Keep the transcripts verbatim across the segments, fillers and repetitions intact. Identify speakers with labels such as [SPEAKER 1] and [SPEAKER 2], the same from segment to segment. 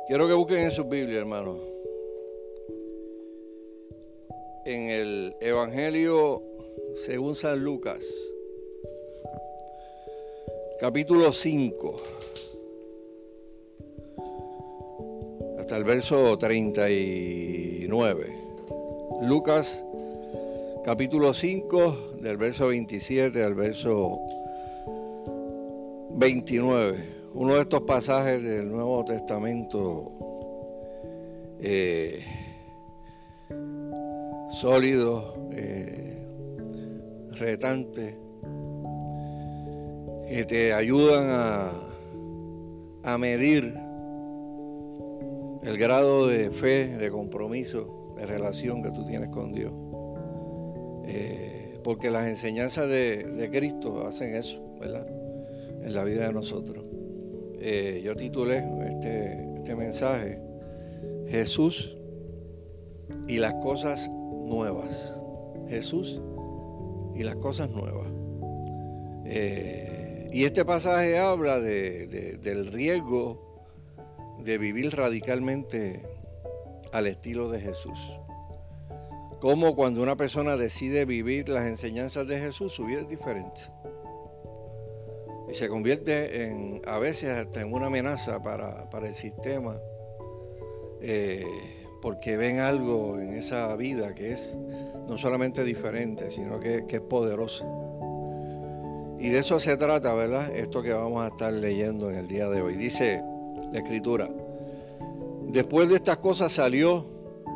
[SPEAKER 1] Quiero que busquen en sus Biblias, hermanos. En el Evangelio según San Lucas, capítulo cinco, hasta el verso treinta y nueve. Lucas, capítulo cinco, del verso veintisiete al verso veintinueve. Uno de estos pasajes del Nuevo Testamento eh, sólido, eh, retante, que te ayudan a, a medir el grado de fe, de compromiso, de relación que tú tienes con Dios. Eh, porque las enseñanzas de, de Cristo hacen eso, ¿verdad? En la vida de nosotros. Eh, yo titulé este, este mensaje Jesús y las cosas nuevas. Jesús y las cosas nuevas. Eh, y este pasaje habla de, de, del riesgo de vivir radicalmente al estilo de Jesús. Como cuando una persona decide vivir las enseñanzas de Jesús, su vida es diferente. Y se convierte en, a veces hasta en una amenaza para, para el sistema, eh, porque ven algo en esa vida que es no solamente diferente, sino que, que es poderosa. Y de eso se trata, ¿verdad? Esto que vamos a estar leyendo en el día de hoy. Dice la Escritura: después de estas cosas salió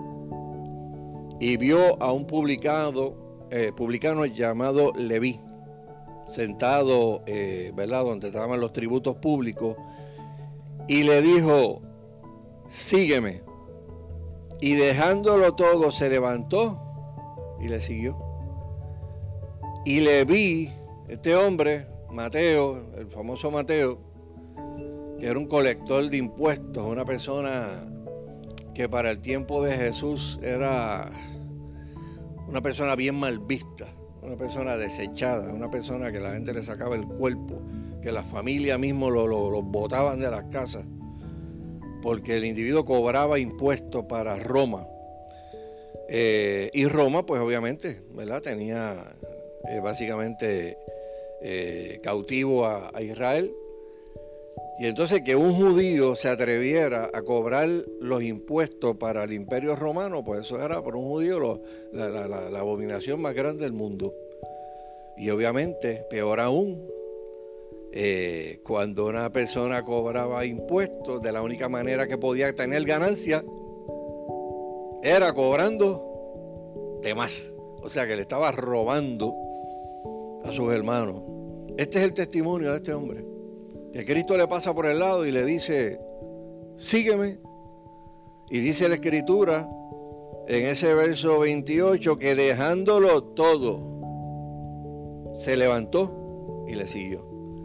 [SPEAKER 1] y vio a un publicado, eh, publicano llamado Leví, sentado, eh, ¿verdad?, donde estaban los tributos públicos, y le dijo: sígueme. Y dejándolo todo, se levantó y le siguió. Y Leví, este hombre, Mateo, el famoso Mateo, que era un colector de impuestos, una persona que para el tiempo de Jesús era una persona bien mal vista, una persona desechada, una persona que la gente le sacaba el cuerpo, que la familia mismo lo, lo, lo botaban de las casas, porque el individuo cobraba impuestos para Roma. Eh, y Roma, pues obviamente, ¿verdad?, tenía eh, básicamente eh, cautivo a, a Israel. Y entonces que un judío se atreviera a cobrar los impuestos para el imperio romano, pues eso era para un judío lo, la, la, la, la abominación más grande del mundo. Y obviamente, peor aún, eh, cuando una persona cobraba impuestos, de la única manera que podía tener ganancia era cobrando de más. O sea que le estaba robando a sus hermanos. Este es el testimonio de este hombre, que Cristo le pasa por el lado y le dice: sígueme. Y dice la Escritura en ese verso veintiocho que dejándolo todo, se levantó y le siguió.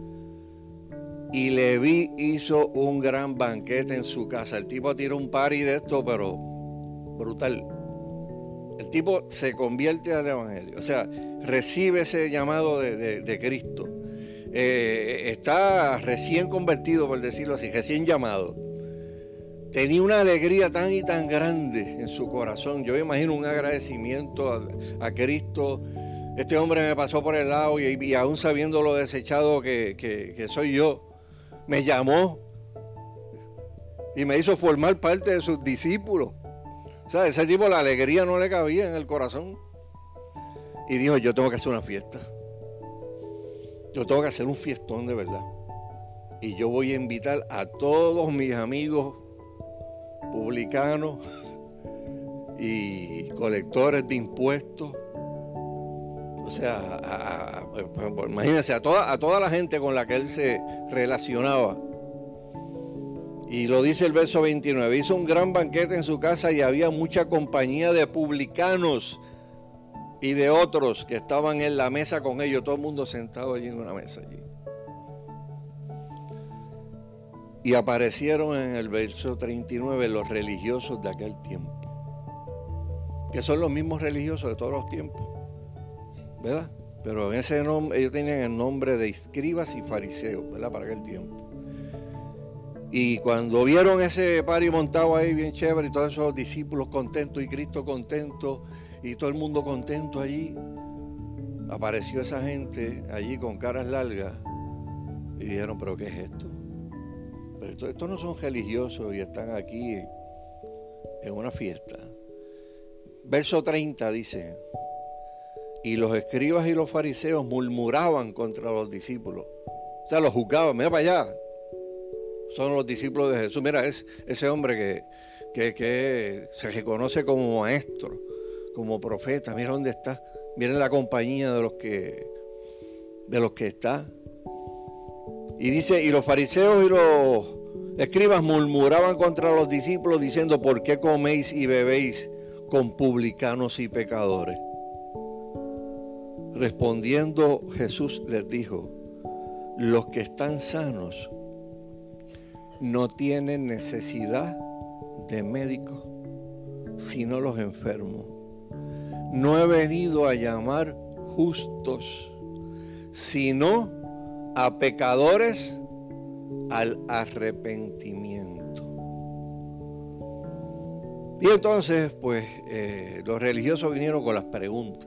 [SPEAKER 1] Y Leví hizo un gran banquete en su casa. El tipo tiró un party de esto, pero brutal. El tipo se convierte al Evangelio, o sea, recibe ese llamado de, de, de Cristo. Eh, está recién convertido, por decirlo así, recién llamado. Tenía una alegría tan y tan grande en su corazón. Yo me imagino un agradecimiento a, a Cristo. Este hombre me pasó por el lado y, y aún sabiendo lo desechado que, que, que soy yo, me llamó y me hizo formar parte de sus discípulos. O sea, ese tipo, la alegría no le cabía en el corazón. Y dijo: yo tengo que hacer una fiesta. Yo tengo que hacer un fiestón de verdad. Y yo voy a invitar a todos mis amigos publicanos y colectores de impuestos. O sea, a, a, a, imagínense, a toda, a toda la gente con la que él se relacionaba. Y lo dice el verso veintinueve: hizo un gran banquete en su casa y había mucha compañía de publicanos y de otros que estaban en la mesa con ellos, todo el mundo sentado allí en una mesa allí. Y aparecieron en el verso treinta y nueve los religiosos de aquel tiempo, que son los mismos religiosos de todos los tiempos, ¿verdad? Pero en ese nombre, ellos tenían el nombre de escribas y fariseos, ¿verdad?, para aquel tiempo. Y cuando vieron ese party montado ahí bien chévere y todos esos discípulos contentos y Cristo contento y todo el mundo contento allí, apareció esa gente allí con caras largas y dijeron, ¿pero qué es esto? Pero esto, estos no son religiosos y están aquí en una fiesta. Verso treinta dice, y los escribas y los fariseos murmuraban contra los discípulos. O sea, los juzgaban, mira para allá. Son los discípulos de Jesús. Mira, es ese hombre que, que, que se reconoce como maestro, como profeta. Mira dónde está. Miren la compañía de los que, de los que está. Y dice, y los fariseos y los escribas murmuraban contra los discípulos diciendo, ¿por qué coméis y bebéis con publicanos y pecadores? Respondiendo Jesús les dijo, los que están sanos no tienen necesidad de médicos, sino los enfermos. No he venido a llamar justos, sino a pecadores al arrepentimiento. Y entonces, pues, eh, los religiosos vinieron con las preguntas.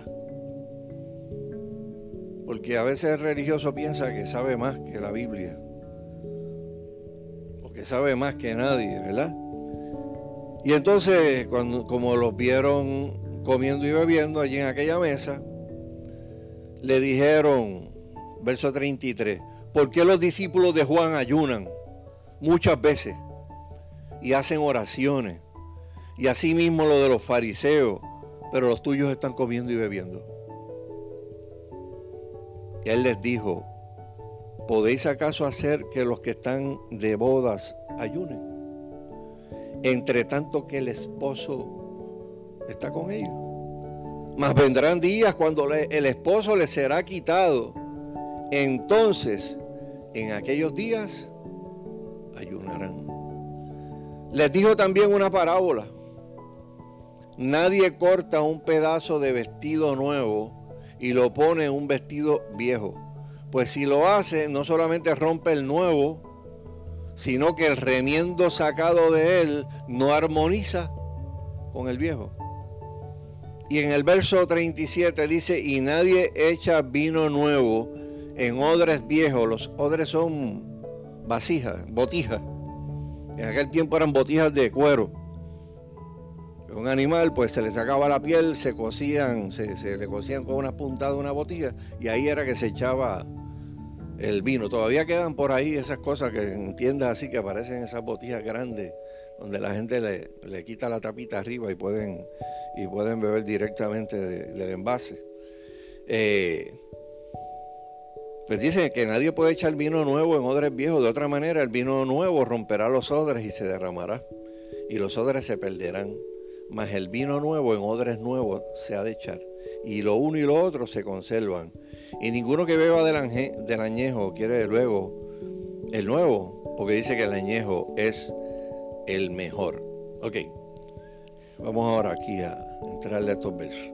[SPEAKER 1] Porque a veces el religioso piensa que sabe más que la Biblia. O que sabe más que nadie, ¿verdad? Y entonces, cuando, como los vieron comiendo y bebiendo allí en aquella mesa, le dijeron, verso treinta y tres, ¿por qué los discípulos de Juan ayunan muchas veces y hacen oraciones? Y así mismo lo de los fariseos, pero los tuyos están comiendo y bebiendo. Él les dijo, ¿podéis acaso hacer que los que están de bodas ayunen? Entre tanto que el esposo está con ellos. Mas vendrán días cuando el esposo les será quitado. Entonces, en aquellos días, ayunarán. Les dijo también una parábola. Nadie corta un pedazo de vestido nuevo y lo pone en un vestido viejo, pues si lo hace no solamente rompe el nuevo, sino que el remiendo sacado de él no armoniza con el viejo. Y en el verso treinta y siete dice, y nadie echa vino nuevo en odres viejos. Los odres son vasijas, botijas. En aquel tiempo eran botijas de cuero. Un animal, pues se le sacaba la piel, se cosían, se, se le cosían con una puntada de una botija y ahí era que se echaba el vino. Todavía quedan por ahí esas cosas que en tiendas así que aparecen esas botijas grandes donde la gente le, le quita la tapita arriba y pueden, y pueden beber directamente de, del envase. Eh, pues dice que nadie puede echar vino nuevo en odres viejos. De otra manera, el vino nuevo romperá los odres y se derramará y los odres se perderán. Mas el vino nuevo en odres nuevos se ha de echar, y lo uno y lo otro se conservan. Y ninguno que beba del, anje, del añejo quiere luego el nuevo, porque dice que el añejo es el mejor. Ok, vamos ahora aquí a entrarle a estos versos.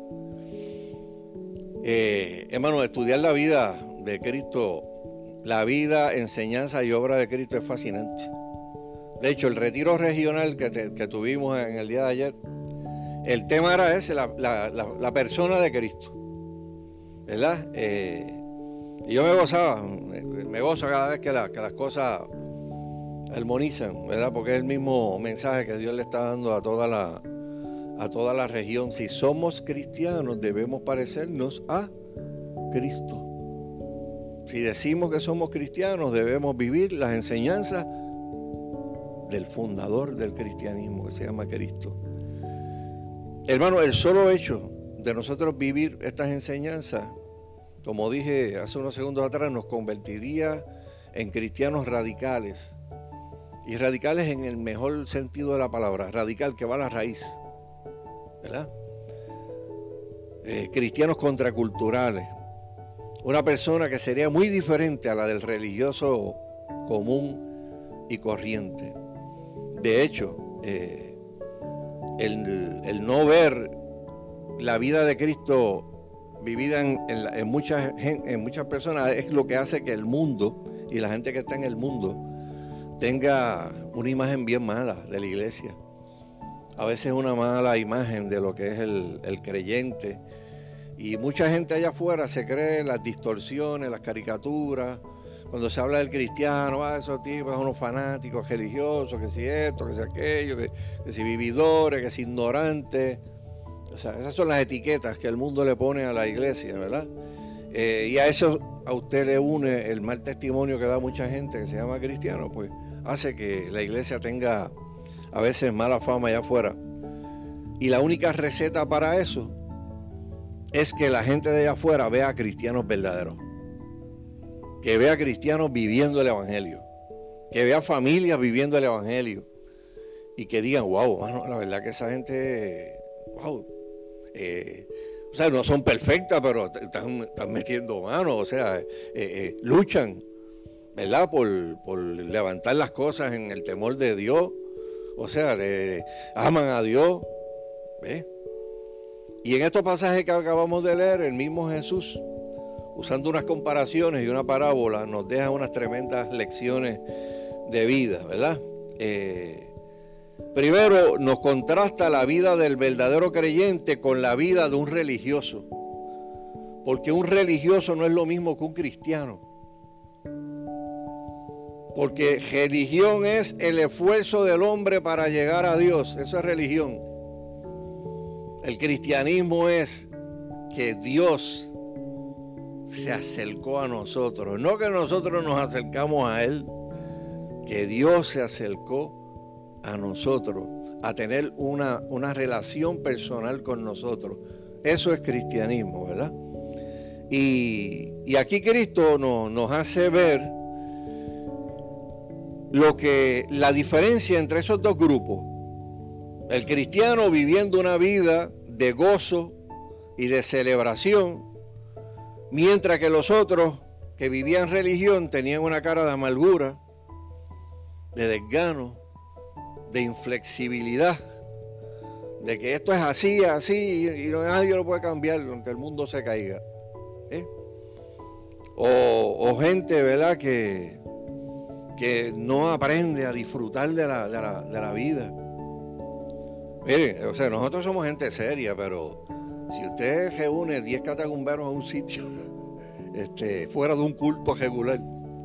[SPEAKER 1] Eh, hermano, estudiar la vida de Cristo, la vida, enseñanza y obra de Cristo es fascinante. De hecho, el retiro regional que, te, que tuvimos en el día de ayer, el tema era ese, la, la, la, la persona de Cristo, ¿verdad? Eh, y yo me gozaba, me, me gozo cada vez que, la, que las cosas armonizan, ¿verdad? Porque es el mismo mensaje que Dios le está dando a toda la, a toda la región. Si somos cristianos, debemos parecernos a Cristo. Si decimos que somos cristianos, debemos vivir las enseñanzas del fundador del cristianismo, que se llama Cristo. Hermano, el solo hecho de nosotros vivir estas enseñanzas, como dije hace unos segundos atrás, nos convertiría en cristianos radicales. Y radicales en el mejor sentido de la palabra, radical, que va a la raíz, ¿verdad? Eh, cristianos contraculturales. Una persona que sería muy diferente a la del religioso común y corriente. De hecho, eh, el, el no ver la vida de Cristo vivida en, en, en, muchas, en muchas personas es lo que hace que el mundo y la gente que está en el mundo tenga una imagen bien mala de la iglesia. A veces una mala imagen de lo que es el, el creyente. Y mucha gente allá afuera se cree las distorsiones, las caricaturas. Cuando se habla del cristiano, ah, esos tipos son unos fanáticos religiosos, que si esto, que si aquello, que, que si vividores, que si ignorantes. O sea, esas son las etiquetas que el mundo le pone a la iglesia, ¿verdad? Eh, y a eso a usted le une el mal testimonio que da mucha gente que se llama cristiano, pues hace que la iglesia tenga a veces mala fama allá afuera. Y la única receta para eso es que la gente de allá afuera vea a cristianos verdaderos. Que vea a cristianos viviendo el evangelio. Que vea familias viviendo el evangelio. Y que digan, wow, mano, la verdad que esa gente, wow, eh, o sea, no son perfectas, pero están, están metiendo manos, o sea, eh, eh, luchan, ¿verdad? Por, por levantar las cosas en el temor de Dios, o sea, de, aman a Dios, ¿ves? Y en estos pasajes que acabamos de leer, el mismo Jesús, usando unas comparaciones y una parábola, nos deja unas tremendas lecciones de vida, ¿verdad? Eh, primero, nos contrasta la vida del verdadero creyente con la vida de un religioso, porque un religioso no es lo mismo que un cristiano, porque religión es el esfuerzo del hombre para llegar a Dios, eso es religión. El cristianismo es que Dios se acercó a nosotros, no que nosotros nos acercamos a Él, que Dios se acercó a nosotros, a tener una, una relación personal con nosotros. Eso es cristianismo, ¿verdad? Y, y aquí Cristo nos, nos hace ver lo que, la diferencia entre esos dos grupos. El cristiano viviendo una vida de gozo y de celebración, mientras que los otros que vivían religión tenían una cara de amargura, de desgano, de inflexibilidad, de que esto es así, así, y nadie lo puede cambiar, aunque el mundo se caiga. ¿Eh? O, o gente, ¿verdad?, que, que no aprende a disfrutar de la, de la, de la vida. Miren, o sea, nosotros somos gente seria, pero si usted reúne diez catacumberos a un sitio, este, fuera de un culto regular,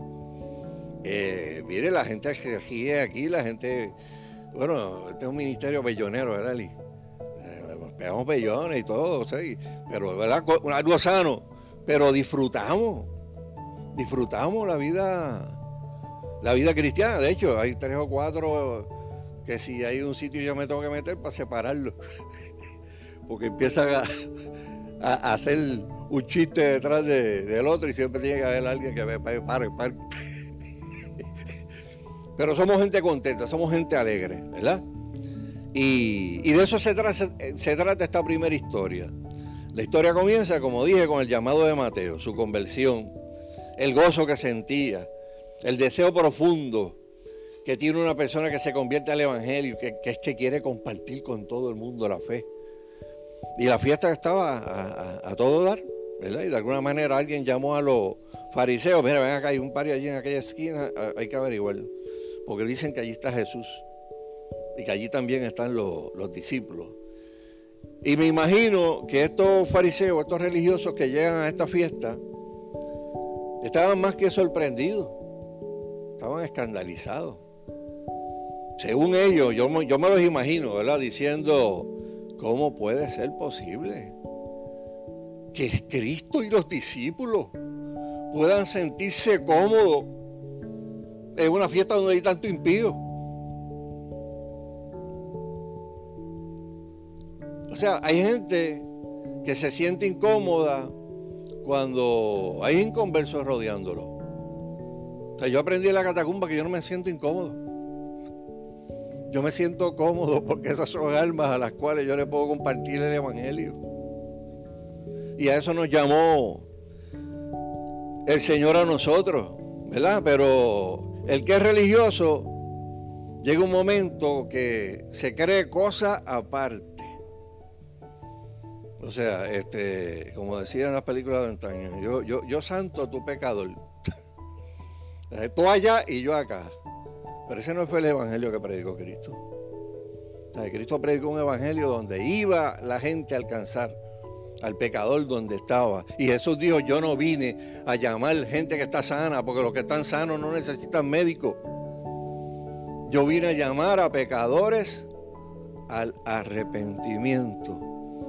[SPEAKER 1] eh, mire, la gente que ríe aquí, la gente, bueno, este es un ministerio bellonero, ¿verdad, Eli? Eh, nos pegamos bellones y todo, o sea, y, pero, ¿verdad?, algo sano, pero disfrutamos, disfrutamos la vida, la vida cristiana. De hecho, hay tres o cuatro que si hay un sitio yo me tengo que meter para separarlo, porque empiezan a, a, a hacer un chiste detrás de, del otro y siempre tiene que haber alguien que me pare, pare, pare. Pero somos gente contenta, somos gente alegre, ¿verdad? Y, y de eso se trata, se trata esta primera historia. La historia comienza, como dije, con el llamado de Mateo, su conversión, el gozo que sentía, el deseo profundo que tiene una persona que se convierte al evangelio, que, que es que quiere compartir con todo el mundo la fe. Y la fiesta estaba a, a, a todo dar, ¿verdad? Y de alguna manera alguien llamó a los fariseos, mira, ven acá, hay un par allí en aquella esquina, hay que averiguarlo, porque dicen que allí está Jesús y que allí también están los, los discípulos. Y me imagino que estos fariseos, estos religiosos que llegan a esta fiesta, estaban más que sorprendidos, estaban escandalizados. Según ellos, yo, yo me los imagino, ¿verdad?, diciendo, ¿cómo puede ser posible que Cristo y los discípulos puedan sentirse cómodos en una fiesta donde hay tanto impío? O sea, hay gente que se siente incómoda cuando hay inconversos rodeándolo. O sea, yo aprendí en la catacumba que yo no me siento incómodo. Yo me siento cómodo porque esas son almas a las cuales yo le puedo compartir el evangelio. Y a eso nos llamó el Señor a nosotros, ¿verdad? Pero el que es religioso, llega un momento que se cree cosa aparte. O sea, este, como decían en las películas de antaño, yo, yo, yo santo, tú pecador. Tú allá y yo acá. Pero ese no fue el evangelio que predicó Cristo. O sea, Cristo predicó un evangelio donde iba la gente a alcanzar al pecador donde estaba. Y Jesús dijo, yo no vine a llamar gente que está sana, porque los que están sanos no necesitan médico. Yo vine a llamar a pecadores al arrepentimiento.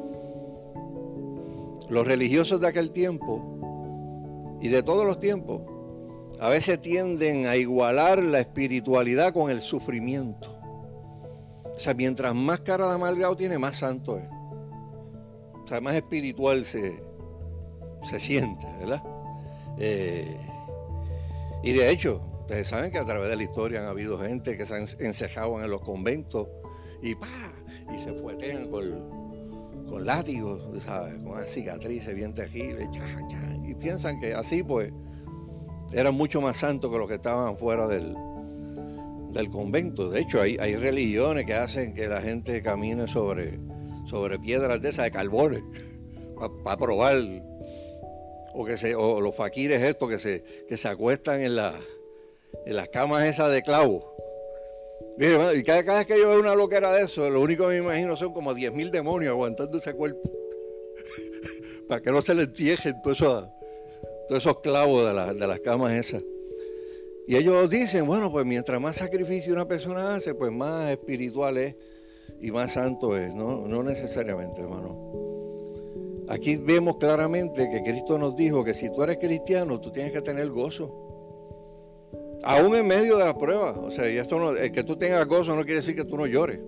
[SPEAKER 1] Los religiosos de aquel tiempo y de todos los tiempos a veces tienden a igualar la espiritualidad con el sufrimiento. O sea, mientras más cara de amargado tiene, más santo es. O sea, más espiritual se, se siente, ¿verdad? Eh, y de hecho, ustedes saben que a través de la historia han habido gente que se han encejado en los conventos y ¡pah! Y se fuetean con, con látigos, ¿sabes? Con una cicatriz bien tejible, cha, cha, y piensan que así pues eran mucho más santos que los que estaban fuera del, del convento. De hecho, hay, hay religiones que hacen que la gente camine sobre, sobre piedras de esas, de carbones, para pa probar, o, que se, o los faquires estos que se, que se acuestan en, la, en las camas esas de clavos. Mire, y cada, cada vez que yo veo una loquera de eso, lo único que me imagino son como diez mil demonios aguantando ese cuerpo para que no se le entierren todos esos, todos esos clavos de, la, de las camas esas. Y ellos dicen, bueno, pues mientras más sacrificio una persona hace, pues más espiritual es y más santo es. No, no necesariamente, hermano. Aquí vemos claramente que Cristo nos dijo que si tú eres cristiano, tú tienes que tener gozo. Aún en medio de las pruebas. O sea, y esto no, el que tú tengas gozo no quiere decir que tú no llores.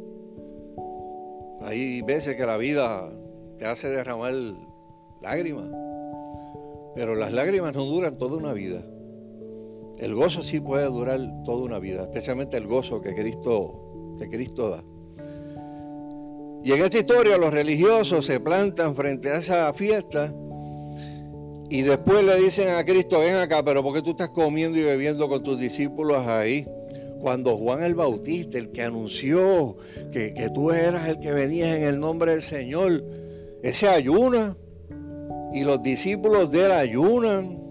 [SPEAKER 1] Hay veces que la vida te hace derramar lágrimas. Pero las lágrimas no duran toda una vida. El gozo sí puede durar toda una vida, especialmente el gozo que Cristo, que Cristo da. Y en esta historia los religiosos se plantan frente a esa fiesta y después le dicen a Cristo, ven acá, pero ¿por qué tú estás comiendo y bebiendo con tus discípulos ahí? Cuando Juan el Bautista, el que anunció que, que tú eras el que venías en el nombre del Señor, ese ayuna y los discípulos de él ayunan.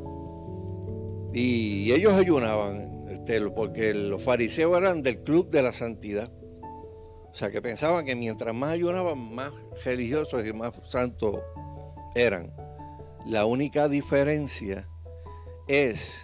[SPEAKER 1] Y ellos ayunaban, este, porque los fariseos eran del club de la santidad. O sea, que pensaban que mientras más ayunaban, más religiosos y más santos eran. La única diferencia es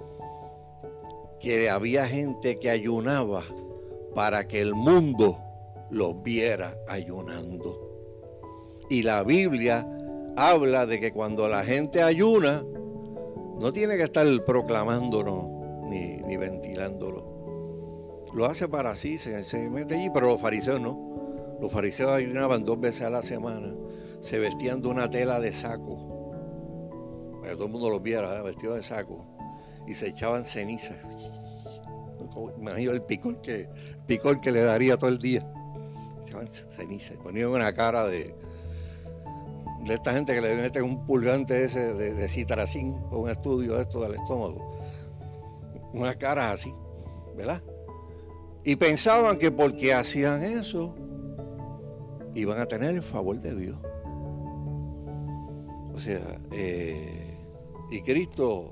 [SPEAKER 1] que había gente que ayunaba para que el mundo los viera ayunando. Y la Biblia habla de que cuando la gente ayuna, no tiene que estar proclamándolo ni, ni ventilándolo. Lo hace para sí, se, se mete allí, pero los fariseos no. Los fariseos ayunaban dos veces a la semana, se vestían de una tela de saco, para que todo el mundo los viera, ¿verdad? Vestidos de saco, y se echaban cenizas. Imagino el picor que, picor que le daría todo el día. Se echaban cenizas, ponían una cara de... de esta gente que le meten un pulgante ese de, de citracín o un estudio de esto del estómago. Unas caras así, ¿verdad? Y pensaban que porque hacían eso, iban a tener el favor de Dios. O sea, eh, y Cristo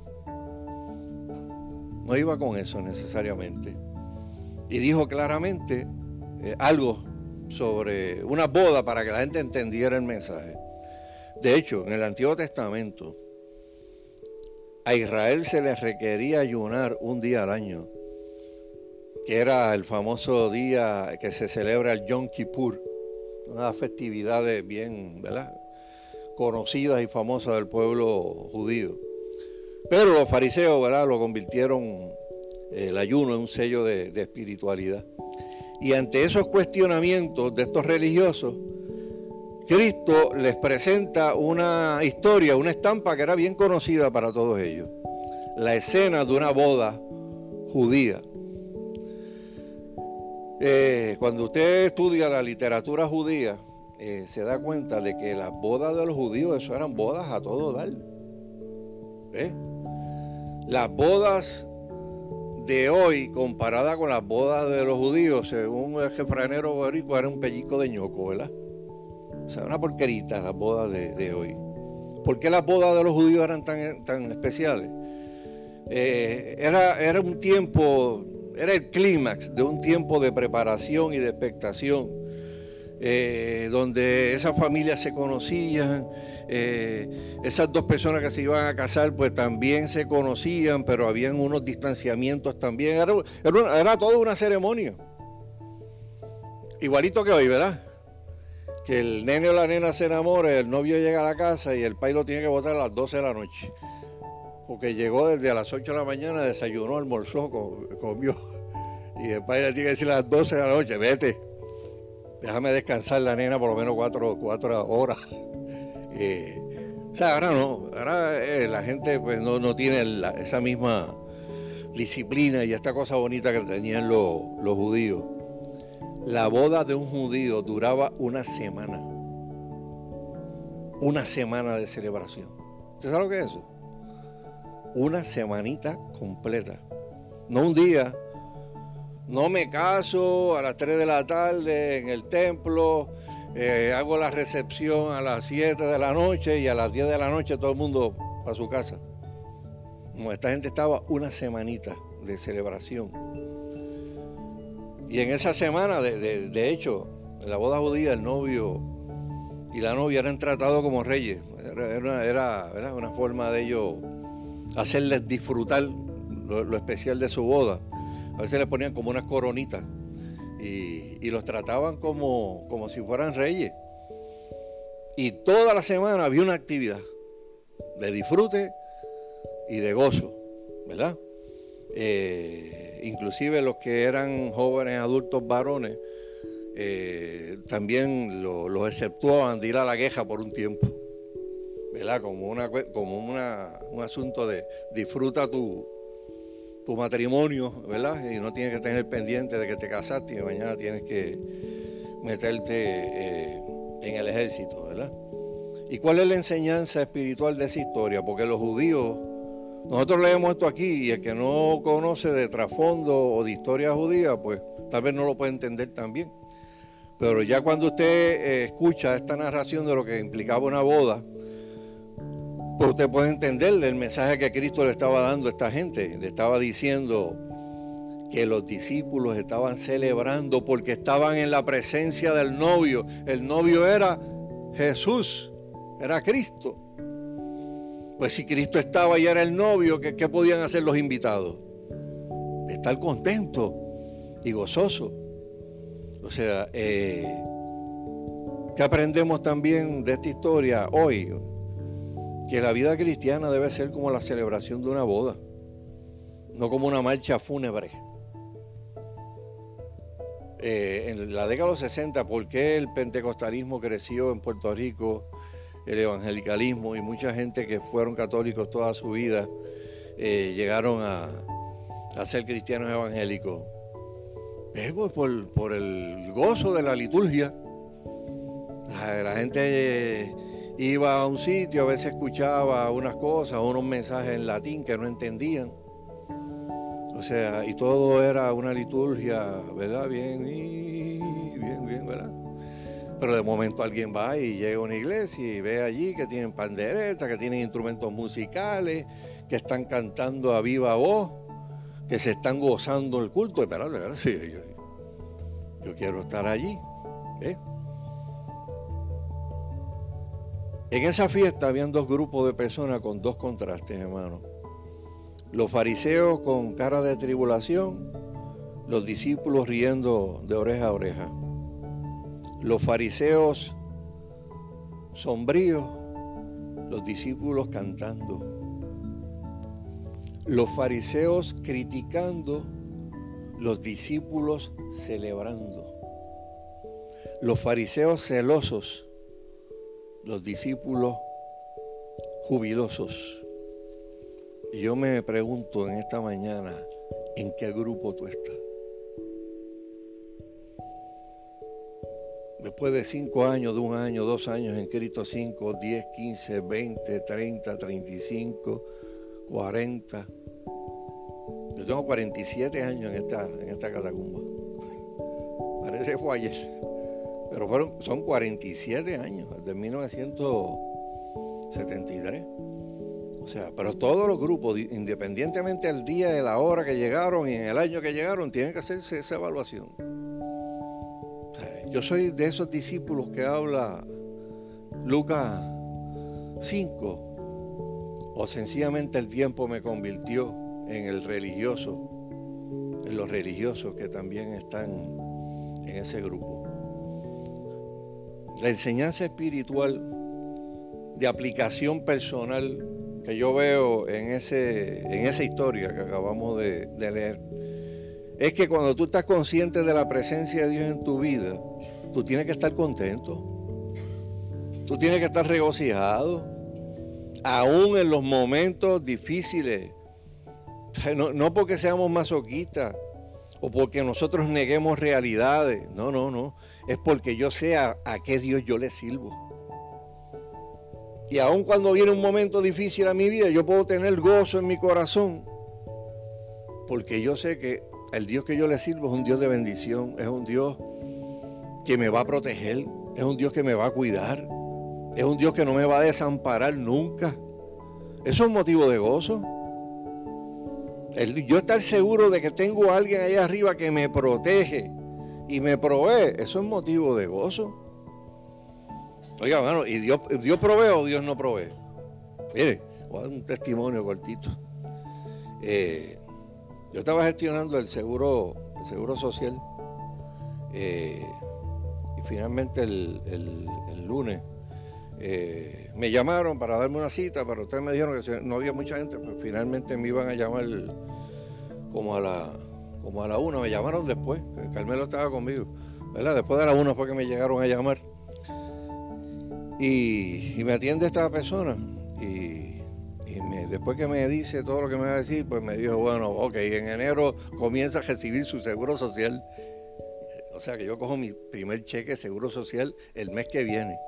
[SPEAKER 1] no iba con eso necesariamente. Y dijo claramente eh, algo sobre una boda para que la gente entendiera el mensaje. De hecho, en el Antiguo Testamento, a Israel se le requería ayunar un día al año, que era el famoso día que se celebra el Yom Kippur, una festividad bien, ¿verdad?, conocidas y famosas del pueblo judío. Pero los fariseos, ¿verdad?, lo convirtieron el ayuno en un sello de, de espiritualidad. Y ante esos cuestionamientos de estos religiosos, Cristo les presenta una historia, una estampa que era bien conocida para todos ellos. La escena de una boda judía. Eh, cuando usted estudia la literatura judía, eh, se da cuenta de que las bodas de los judíos, eso eran bodas a todo dar. ¿Eh? Las bodas de hoy, comparadas con las bodas de los judíos, según el refranero boricua, era un pellico de ñoco, ¿verdad? O sea, una porquerita las bodas de, de hoy. ¿Por qué las bodas de los judíos eran tan, tan especiales? Eh, era, era un tiempo era el clímax de un tiempo de preparación y de expectación, eh, donde esas familias se conocían, eh, esas dos personas que se iban a casar pues también se conocían, pero habían unos distanciamientos también, era, era, una, era toda una ceremonia, igualito que hoy, ¿verdad? Que el nene o la nena se enamore, el novio llega a la casa y el pai lo tiene que botar a las doce de la noche. Porque llegó desde a las ocho de la mañana, desayunó, almorzó, comió. Y el pai le tiene que decir a las doce de la noche, vete, déjame descansar la nena por lo menos cuatro, cuatro horas. Eh, o sea, ahora no, ahora eh, la gente pues no, no tiene la, esa misma disciplina y esta cosa bonita que tenían los, los judíos. La boda de un judío duraba una semana. Una semana de celebración. ¿Usted sabe lo que es eso? Una semanita completa. No un día. No me caso a las tres de la tarde en el templo, eh, hago la recepción a las siete de la noche y a las diez de la noche todo el mundo a su casa. Como esta gente estaba una semanita de celebración. Y en esa semana, de, de, de hecho, en la boda judía, el novio y la novia eran tratados como reyes. Era, era, era, era una forma de ellos hacerles disfrutar lo, lo especial de su boda. A veces les ponían como unas coronitas y, y los trataban como, como si fueran reyes. Y toda la semana había una actividad de disfrute y de gozo, ¿verdad? Eh, inclusive los que eran jóvenes adultos varones eh, también lo, los exceptuaban de ir a la queja por un tiempo, ¿verdad? Como, una, como una, un asunto de disfruta tu, tu matrimonio, ¿verdad? Y no tienes que tener pendiente de que te casaste y mañana tienes que meterte eh, en el ejército, ¿verdad? ¿Y cuál es la enseñanza espiritual de esa historia? Porque los judíos, nosotros leemos esto aquí y el que no conoce de trasfondo o de historia judía, pues tal vez no lo puede entender tan bien. Pero ya cuando usted eh, escucha esta narración de lo que implicaba una boda, pues usted puede entender el mensaje que Cristo le estaba dando a esta gente. Le estaba diciendo que los discípulos estaban celebrando porque estaban en la presencia del novio. El novio era Jesús, era Cristo. Pues si Cristo estaba y era el novio, ¿qué, qué podían hacer los invitados? Estar contentos y gozosos. O sea, eh, ¿qué aprendemos también de esta historia hoy? Que la vida cristiana debe ser como la celebración de una boda, no como una marcha fúnebre. Eh, en la década de los sesenta, ¿por qué el pentecostalismo creció en Puerto Rico? El evangelicalismo y mucha gente que fueron católicos toda su vida eh, llegaron a, a ser cristianos evangélicos. Es pues por, por el gozo de la liturgia. La, la gente eh, iba a un sitio, a veces escuchaba unas cosas, unos mensajes en latín que no entendían. O sea, y todo era una liturgia, ¿verdad? Bien, bien, bien, ¿verdad? Pero de momento alguien va y llega a una iglesia y ve allí que tienen panderetas, que tienen instrumentos musicales, que están cantando a viva voz, que se están gozando el culto. Espérate, espérate, sí, yo, yo quiero estar allí. ¿eh? En esa fiesta habían dos grupos de personas con dos contrastes, hermano. Los fariseos con cara de tribulación, los discípulos riendo de oreja a oreja. Los fariseos sombríos, los discípulos cantando. Los fariseos criticando, los discípulos celebrando. Los fariseos celosos, los discípulos jubilosos. Y yo me pregunto en esta mañana, ¿en qué grupo tú estás? Después de cinco años, de un año, dos años en Cristo, cinco, diez, quince, veinte, treinta, treinta y cinco, cuarenta. Yo tengo cuarenta y siete años en esta, en esta catacumba. Parece que fue ayer. Pero fueron, son cuarenta y siete años, desde mil novecientos setenta y tres. O sea, pero todos los grupos, independientemente del día, de la hora que llegaron y en el año que llegaron, tienen que hacerse esa evaluación. O sea, yo soy de esos discípulos que habla Lucas cinco, o sencillamente el tiempo me convirtió en el religioso, en los religiosos que también están en ese grupo. La enseñanza espiritual de aplicación personal que yo veo en, ese, en esa historia que acabamos de, de leer, es que cuando tú estás consciente de la presencia de Dios en tu vida, tú tienes que estar contento, tú tienes que estar regocijado, aún en los momentos difíciles. No, no porque seamos masoquistas o porque nosotros neguemos realidades, no, no, no, es porque yo sé a, a qué Dios yo le sirvo. Y aun cuando viene un momento difícil a mi vida, yo puedo tener gozo en mi corazón, porque yo sé que el Dios que yo le sirvo es un Dios de bendición, es un Dios que me va a proteger, es un Dios que me va a cuidar, es un Dios que no me va a desamparar nunca. Eso es un motivo de gozo. El, yo estar seguro de que tengo a alguien ahí arriba que me protege y me provee, eso es motivo de gozo. Oiga, hermano, ¿y Dios, Dios provee o Dios no provee? Mire, voy a dar un testimonio cortito. Eh, yo estaba gestionando el seguro, el seguro social eh, y finalmente el, el, el lunes eh, me llamaron para darme una cita, pero ustedes me dijeron que no había mucha gente, pues finalmente me iban a llamar como a la, como a la una, me llamaron después, que Carmelo estaba conmigo, ¿verdad? Después de la una fue que me llegaron a llamar. Y, y me atiende esta persona y, y me, después que me dice todo lo que me va a decir, pues me dijo, bueno, ok, en enero comienza a recibir su seguro social. O sea que yo cojo mi primer cheque de seguro social el mes que viene.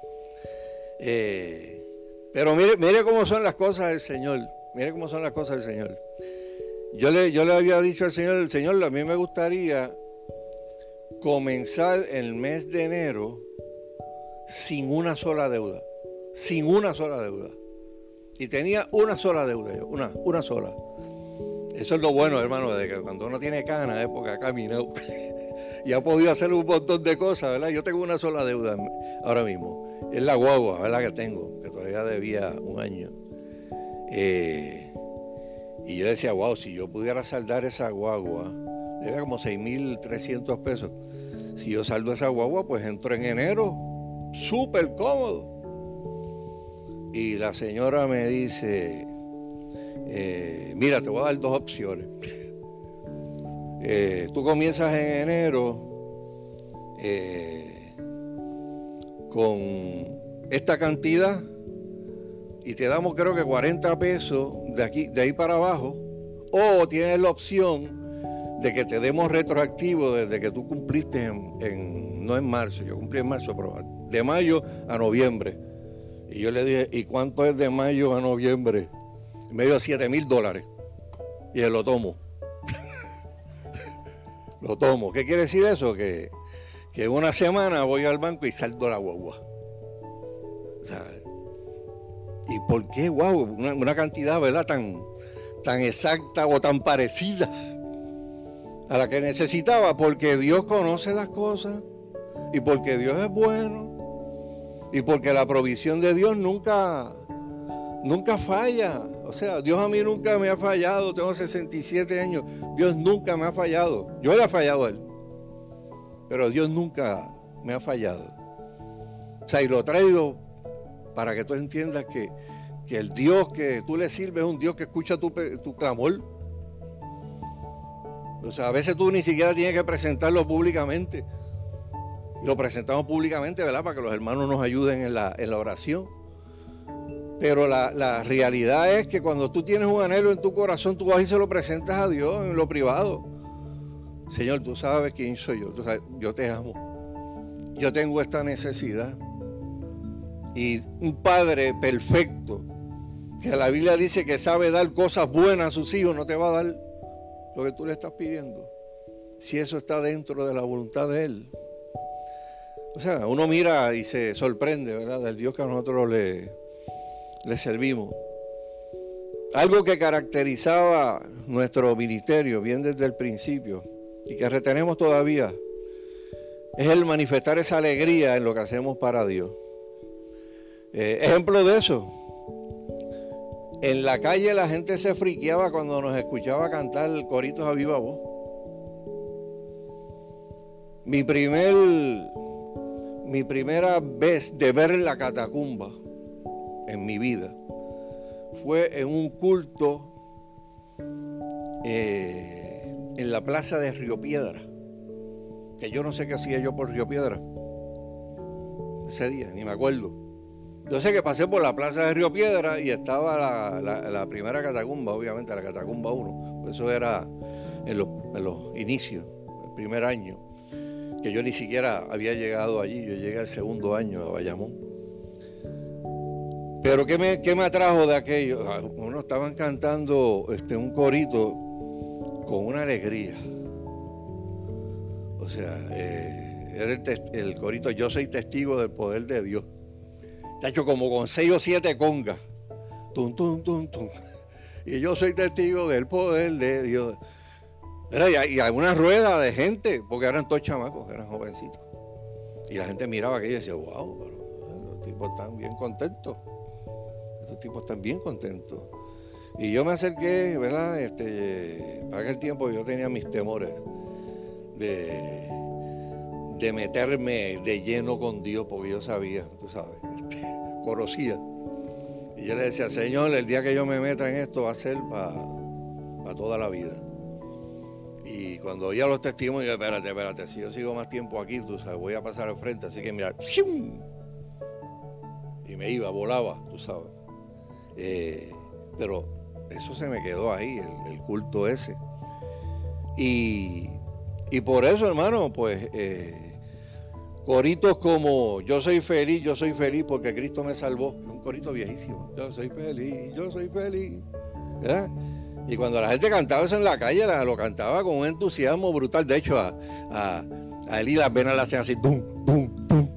[SPEAKER 1] Eh, pero mire, mire cómo son las cosas del Señor, mire cómo son las cosas del Señor. Yo le, yo le había dicho al Señor, el Señor, a mí me gustaría comenzar el mes de enero sin una sola deuda, sin una sola deuda. Y tenía una sola deuda, yo, una, una sola. Eso es lo bueno, hermano, de que cuando uno tiene canas es porque ha caminado y ha podido hacer un montón de cosas, ¿verdad? Yo tengo una sola deuda ahora mismo, es la guagua, ¿verdad? Que tengo, que todavía debía un año. Eh, y yo decía, wow, si yo pudiera saldar esa guagua, debía como seis mil trescientos pesos. Si yo saldo esa guagua, pues entro en enero, súper cómodo. Y la señora me dice, eh, mira, te voy a dar dos opciones. eh, tú comienzas en enero eh, con esta cantidad y te damos creo que cuarenta pesos de, aquí, de ahí para abajo, o tienes la opción de que te demos retroactivo desde que tú cumpliste en, en no en marzo, yo cumplí en marzo, pero de mayo a noviembre. Y yo le dije, ¿y cuánto es de mayo a noviembre? Y me dio siete mil dólares. Y él lo tomo. Lo tomo. ¿Qué quiere decir eso? Que, que una semana voy al banco y saldo la guagua. O sea, ¿y por qué, wow? Una, una cantidad, ¿verdad? Tan, tan exacta o tan parecida a la que necesitaba, porque Dios conoce las cosas y porque Dios es bueno. Y porque la provisión de Dios nunca, nunca falla. O sea, Dios a mí nunca me ha fallado. Tengo sesenta y siete años. Dios nunca me ha fallado. Yo le he fallado a Él. Pero Dios nunca me ha fallado. O sea, y lo traigo para que tú entiendas que, que el Dios que tú le sirves es un Dios que escucha tu, tu clamor. O sea, a veces tú ni siquiera tienes que presentarlo públicamente. Y lo presentamos públicamente, ¿verdad? Para que los hermanos nos ayuden en la, en la oración. Pero la, la realidad es que cuando tú tienes un anhelo en tu corazón, tú vas y se lo presentas a Dios en lo privado. Señor, tú sabes quién soy yo. Tú sabes, yo te amo. Yo tengo esta necesidad. Y un padre perfecto, que la Biblia dice que sabe dar cosas buenas a sus hijos, no te va a dar lo que tú le estás pidiendo, si eso está dentro de la voluntad de Él. O sea, uno mira y se sorprende, ¿verdad?, del Dios que a nosotros le, le servimos. Algo que caracterizaba nuestro ministerio bien desde el principio y que retenemos todavía es el manifestar esa alegría en lo que hacemos para Dios. Eh, ejemplo de eso, en la calle la gente se friqueaba cuando nos escuchaba cantar coritos a viva voz. Mi primer, mi primera vez de ver la catacumba en mi vida fue en un culto eh, en la plaza de Río Piedra, que yo no sé qué hacía yo por Río Piedra ese día, ni me acuerdo. Yo sé que pasé por la plaza de Río Piedra y estaba la, la, la primera catacumba, obviamente la catacumba uno, eso era en los, en los inicios, el primer año, que yo ni siquiera había llegado allí, yo llegué al segundo año a Bayamón. Pero ¿qué me, qué me atrajo de aquello? Uno estaban cantando este, un corito con una alegría. O sea, eh, era el, el corito Yo soy testigo del poder de Dios. Está hecho como con seis o siete congas. Tum, tum, tum, tum. Y yo soy testigo del poder de Dios. Era, y, y hay una rueda de gente, porque eran todos chamacos, eran jovencitos. Y la gente miraba aquello y decía, wow, pero los tipos están bien contentos. Estos tipos están bien contentos. Y yo me acerqué, ¿verdad? Este, para aquel tiempo yo tenía mis temores de, de meterme de lleno con Dios, porque yo sabía, tú sabes, este, conocía. Y yo le decía, Señor, el día que yo me meta en esto va a ser para pa toda la vida. Y cuando oía los testimonios, espérate, espérate, si yo sigo más tiempo aquí, tú sabes, voy a pasar al frente, así que mira, ¡shum! Y me iba, volaba, tú sabes. Eh, pero eso se me quedó ahí, el, el culto ese. Y, y por eso, hermano, pues, eh, coritos como Yo soy feliz, yo soy feliz porque Cristo me salvó, que es un corito viejísimo. Yo soy feliz, yo soy feliz, ¿verdad? Y cuando la gente cantaba eso en la calle, la, lo cantaba con un entusiasmo brutal. De hecho, a, a, a él y las venas le hacían así, tum, tum, tum.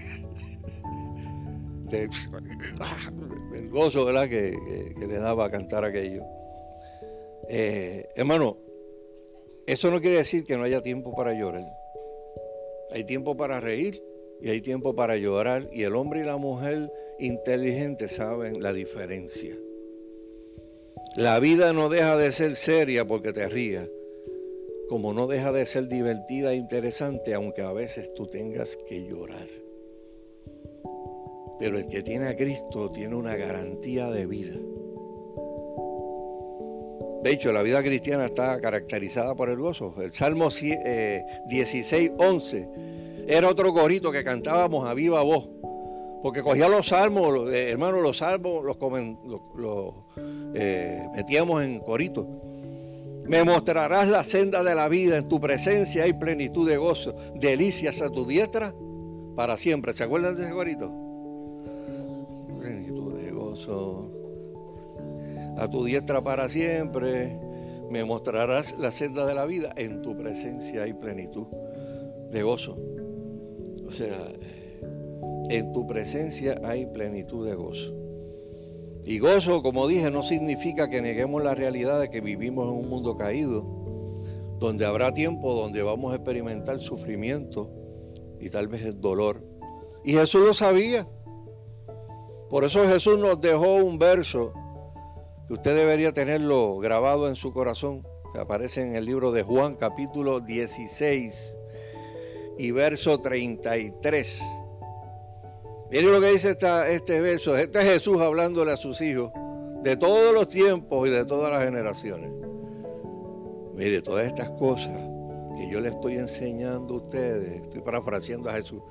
[SPEAKER 1] De, el gozo, ¿verdad?, que, que, que le daba a cantar aquello. Eh, hermano, eso no quiere decir que no haya tiempo para llorar. Hay tiempo para reír y hay tiempo para llorar. Y el hombre y la mujer inteligentes saben la diferencia. La vida no deja de ser seria porque te rías, como no deja de ser divertida e interesante, aunque a veces tú tengas que llorar. Pero el que tiene a Cristo tiene una garantía de vida. De hecho, la vida cristiana está caracterizada por el gozo. El Salmo dieciséis, once era otro corito que cantábamos a viva voz. Porque cogía los salmos, eh, hermano, los salmos los, comen, los, los eh, metíamos en coritos. Me mostrarás la senda de la vida, en tu presencia hay plenitud de gozo, delicias a tu diestra para siempre. ¿Se acuerdan de ese corito? Plenitud de gozo, a tu diestra para siempre, me mostrarás la senda de la vida, en tu presencia hay plenitud de gozo. O sea, en tu presencia hay plenitud de gozo. Y gozo, como dije, no significa que neguemos la realidad de que vivimos en un mundo caído, donde habrá tiempo donde vamos a experimentar sufrimiento y tal vez el dolor. Y Jesús lo sabía. Por eso Jesús nos dejó un verso que usted debería tenerlo grabado en su corazón, que aparece en el libro de Juan, capítulo dieciséis y verso treinta y tres. Miren lo que dice esta, este verso. Este es Jesús hablándole a sus hijos de todos los tiempos y de todas las generaciones. Mire, todas estas cosas que yo le estoy enseñando a ustedes, estoy parafraseando a Jesús,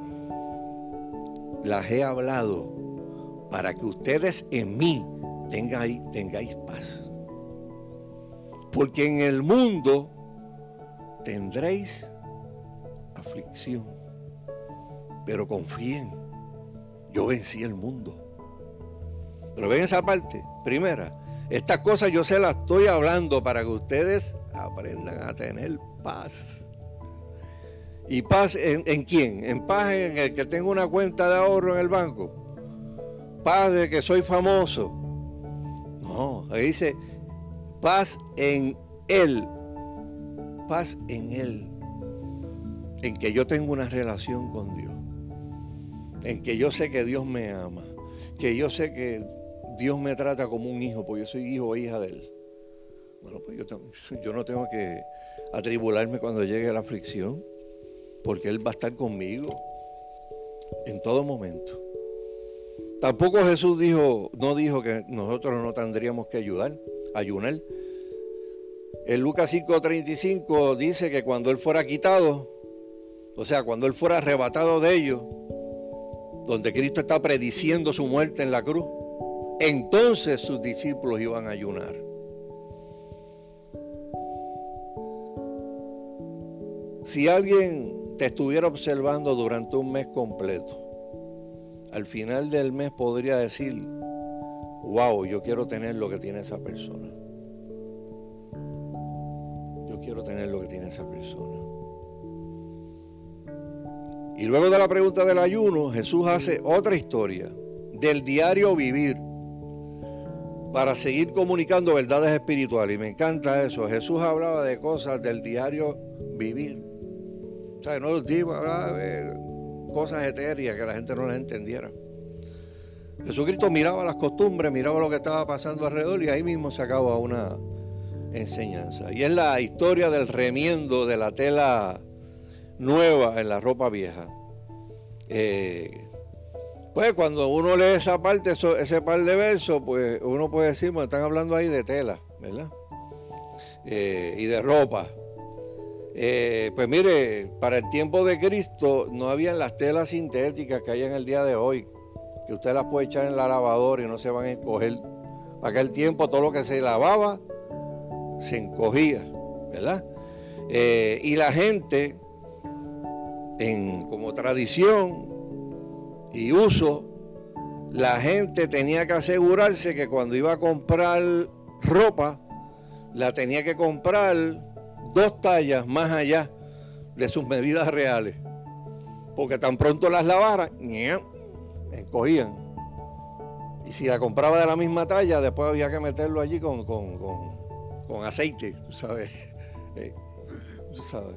[SPEAKER 1] las he hablado para que ustedes en mí tengáis, tengáis paz. Porque en el mundo tendréis aflicción, pero confíen. Yo vencí el mundo. Pero ven esa parte, primera. Estas cosas yo se las estoy hablando para que ustedes aprendan a tener paz. ¿Y paz en, en quién? ¿En paz en el que tengo una cuenta de ahorro en el banco? ¿Paz de que soy famoso? No, ahí dice paz en Él. Paz en Él. En que yo tengo una relación con Dios. En que yo sé que Dios me ama. Que yo sé que Dios me trata como un hijo, porque yo soy hijo o hija de Él. Bueno, pues yo, yo no tengo que atribularme cuando llegue la aflicción, porque Él va a estar conmigo en todo momento. Tampoco Jesús dijo, no dijo que nosotros no tendríamos que ayudar, ayunar. En Lucas cinco treinta y cinco dice que cuando Él fuera quitado, o sea, cuando Él fuera arrebatado de ellos, donde Cristo está prediciendo su muerte en la cruz, entonces sus discípulos iban a ayunar. Si alguien te estuviera observando durante un mes completo, al final del mes podría decir, wow, yo quiero tener lo que tiene esa persona. Yo quiero tener lo que tiene esa persona. Y luego de la pregunta del ayuno, Jesús hace otra historia del diario vivir para seguir comunicando verdades espirituales. Y me encanta eso. Jesús hablaba de cosas del diario vivir. O sea, no los digo, hablaba de cosas etéreas que la gente no las entendiera. Jesucristo miraba las costumbres, miraba lo que estaba pasando alrededor y ahí mismo sacaba una enseñanza. Y es la historia del remiendo de la tela nueva en la ropa vieja. Eh, pues cuando uno lee esa parte, eso, ese par de versos, pues uno puede decir, bueno, están hablando ahí de tela, ¿verdad? Eh, y de ropa. Eh, pues mire, para el tiempo de Cristo no habían las telas sintéticas que hay en el día de hoy, que usted las puede echar en la lavadora y no se van a encoger. Para aquel tiempo todo lo que se lavaba se encogía, ¿verdad? Eh, y la gente, en, como tradición y uso, la gente tenía que asegurarse que cuando iba a comprar ropa, la tenía que comprar dos tallas más allá de sus medidas reales, porque tan pronto las lavaran, encogían. Y si la compraba de la misma talla, después había que meterlo allí con, con, con, con aceite, tú sabes. Eh, tú sabes.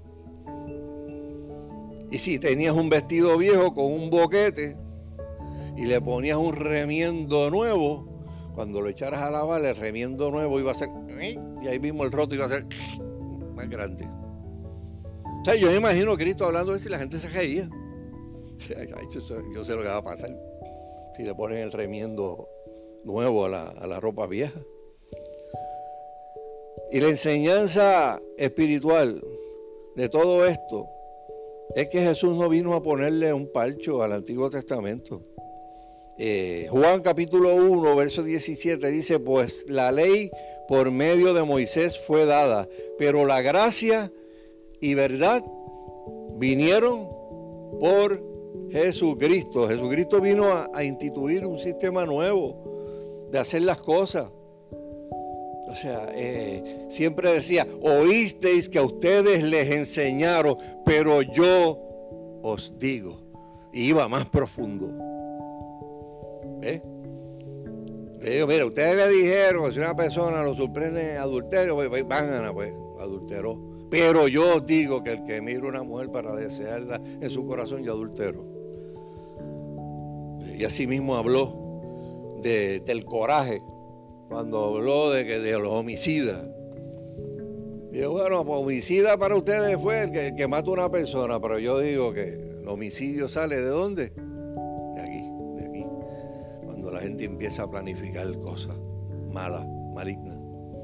[SPEAKER 1] Y si tenías un vestido viejo con un boquete y le ponías un remiendo nuevo, cuando lo echaras a lavar, el remiendo nuevo iba a ser, y ahí mismo el roto iba a ser más grande. O sea, yo me imagino a Cristo hablando de eso y la gente se reía. Yo sé lo que va a pasar si le ponen el remiendo nuevo a la, a la ropa vieja. Y la enseñanza espiritual de todo esto es que Jesús no vino a ponerle un parcho al Antiguo Testamento. Eh, Juan capítulo uno, verso diecisiete dice, pues la ley por medio de Moisés fue dada, pero la gracia y verdad vinieron por Jesucristo. Jesucristo vino a, a instituir un sistema nuevo de hacer las cosas. O sea, eh, siempre decía, oísteis que a ustedes les enseñaron, pero yo os digo. Y iba más profundo. ¿Eh? Le digo, mira, ustedes le dijeron que si una persona lo sorprende en adulterio, pues, pues van, pues, adulteró. Pero yo os digo que el que mira a una mujer para desearla en su corazón ya adulteró. Y así mismo habló de, del coraje, cuando habló de, que, de los homicidas. Y yo, bueno, pues homicida para ustedes fue el que, el que mata a una persona, pero yo digo que el homicidio sale ¿de dónde? De aquí, de aquí. Cuando la gente empieza a planificar cosas malas, malignas.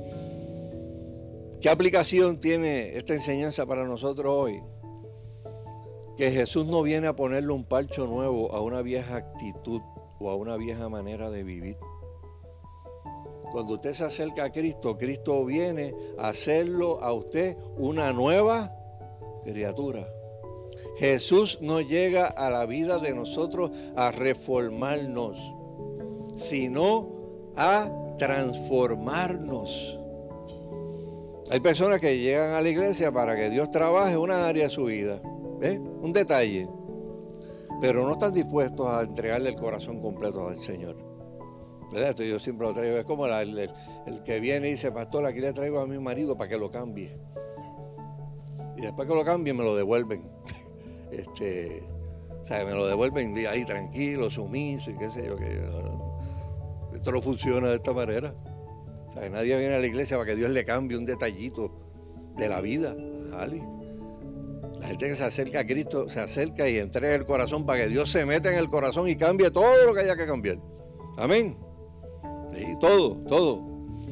[SPEAKER 1] ¿Qué aplicación tiene esta enseñanza para nosotros hoy? Que Jesús no viene a ponerle un parcho nuevo a una vieja actitud o a una vieja manera de vivir. Cuando usted se acerca a Cristo, Cristo viene a hacerlo a usted una nueva criatura. Jesús no llega a la vida de nosotros a reformarnos, sino a transformarnos. Hay personas que llegan a la iglesia para que Dios trabaje una área de su vida, ¿eh? Un detalle, pero no están dispuestos a entregarle el corazón completo al Señor. ¿verdad? Esto yo siempre lo traigo. Es como la, el, el que viene y dice, pastor, aquí le traigo a mi marido para que lo cambie. Y después que lo cambie me lo devuelven. este, o sea, me lo devuelven ahí tranquilo, sumiso y qué sé yo. Que, esto no funciona de esta manera. O sea, nadie viene a la iglesia para que Dios le cambie un detallito de la vida. Ali. La gente que se acerca a Cristo se acerca y entrega el corazón para que Dios se meta en el corazón y cambie todo lo que haya que cambiar. Amén. Sí, todo, todo.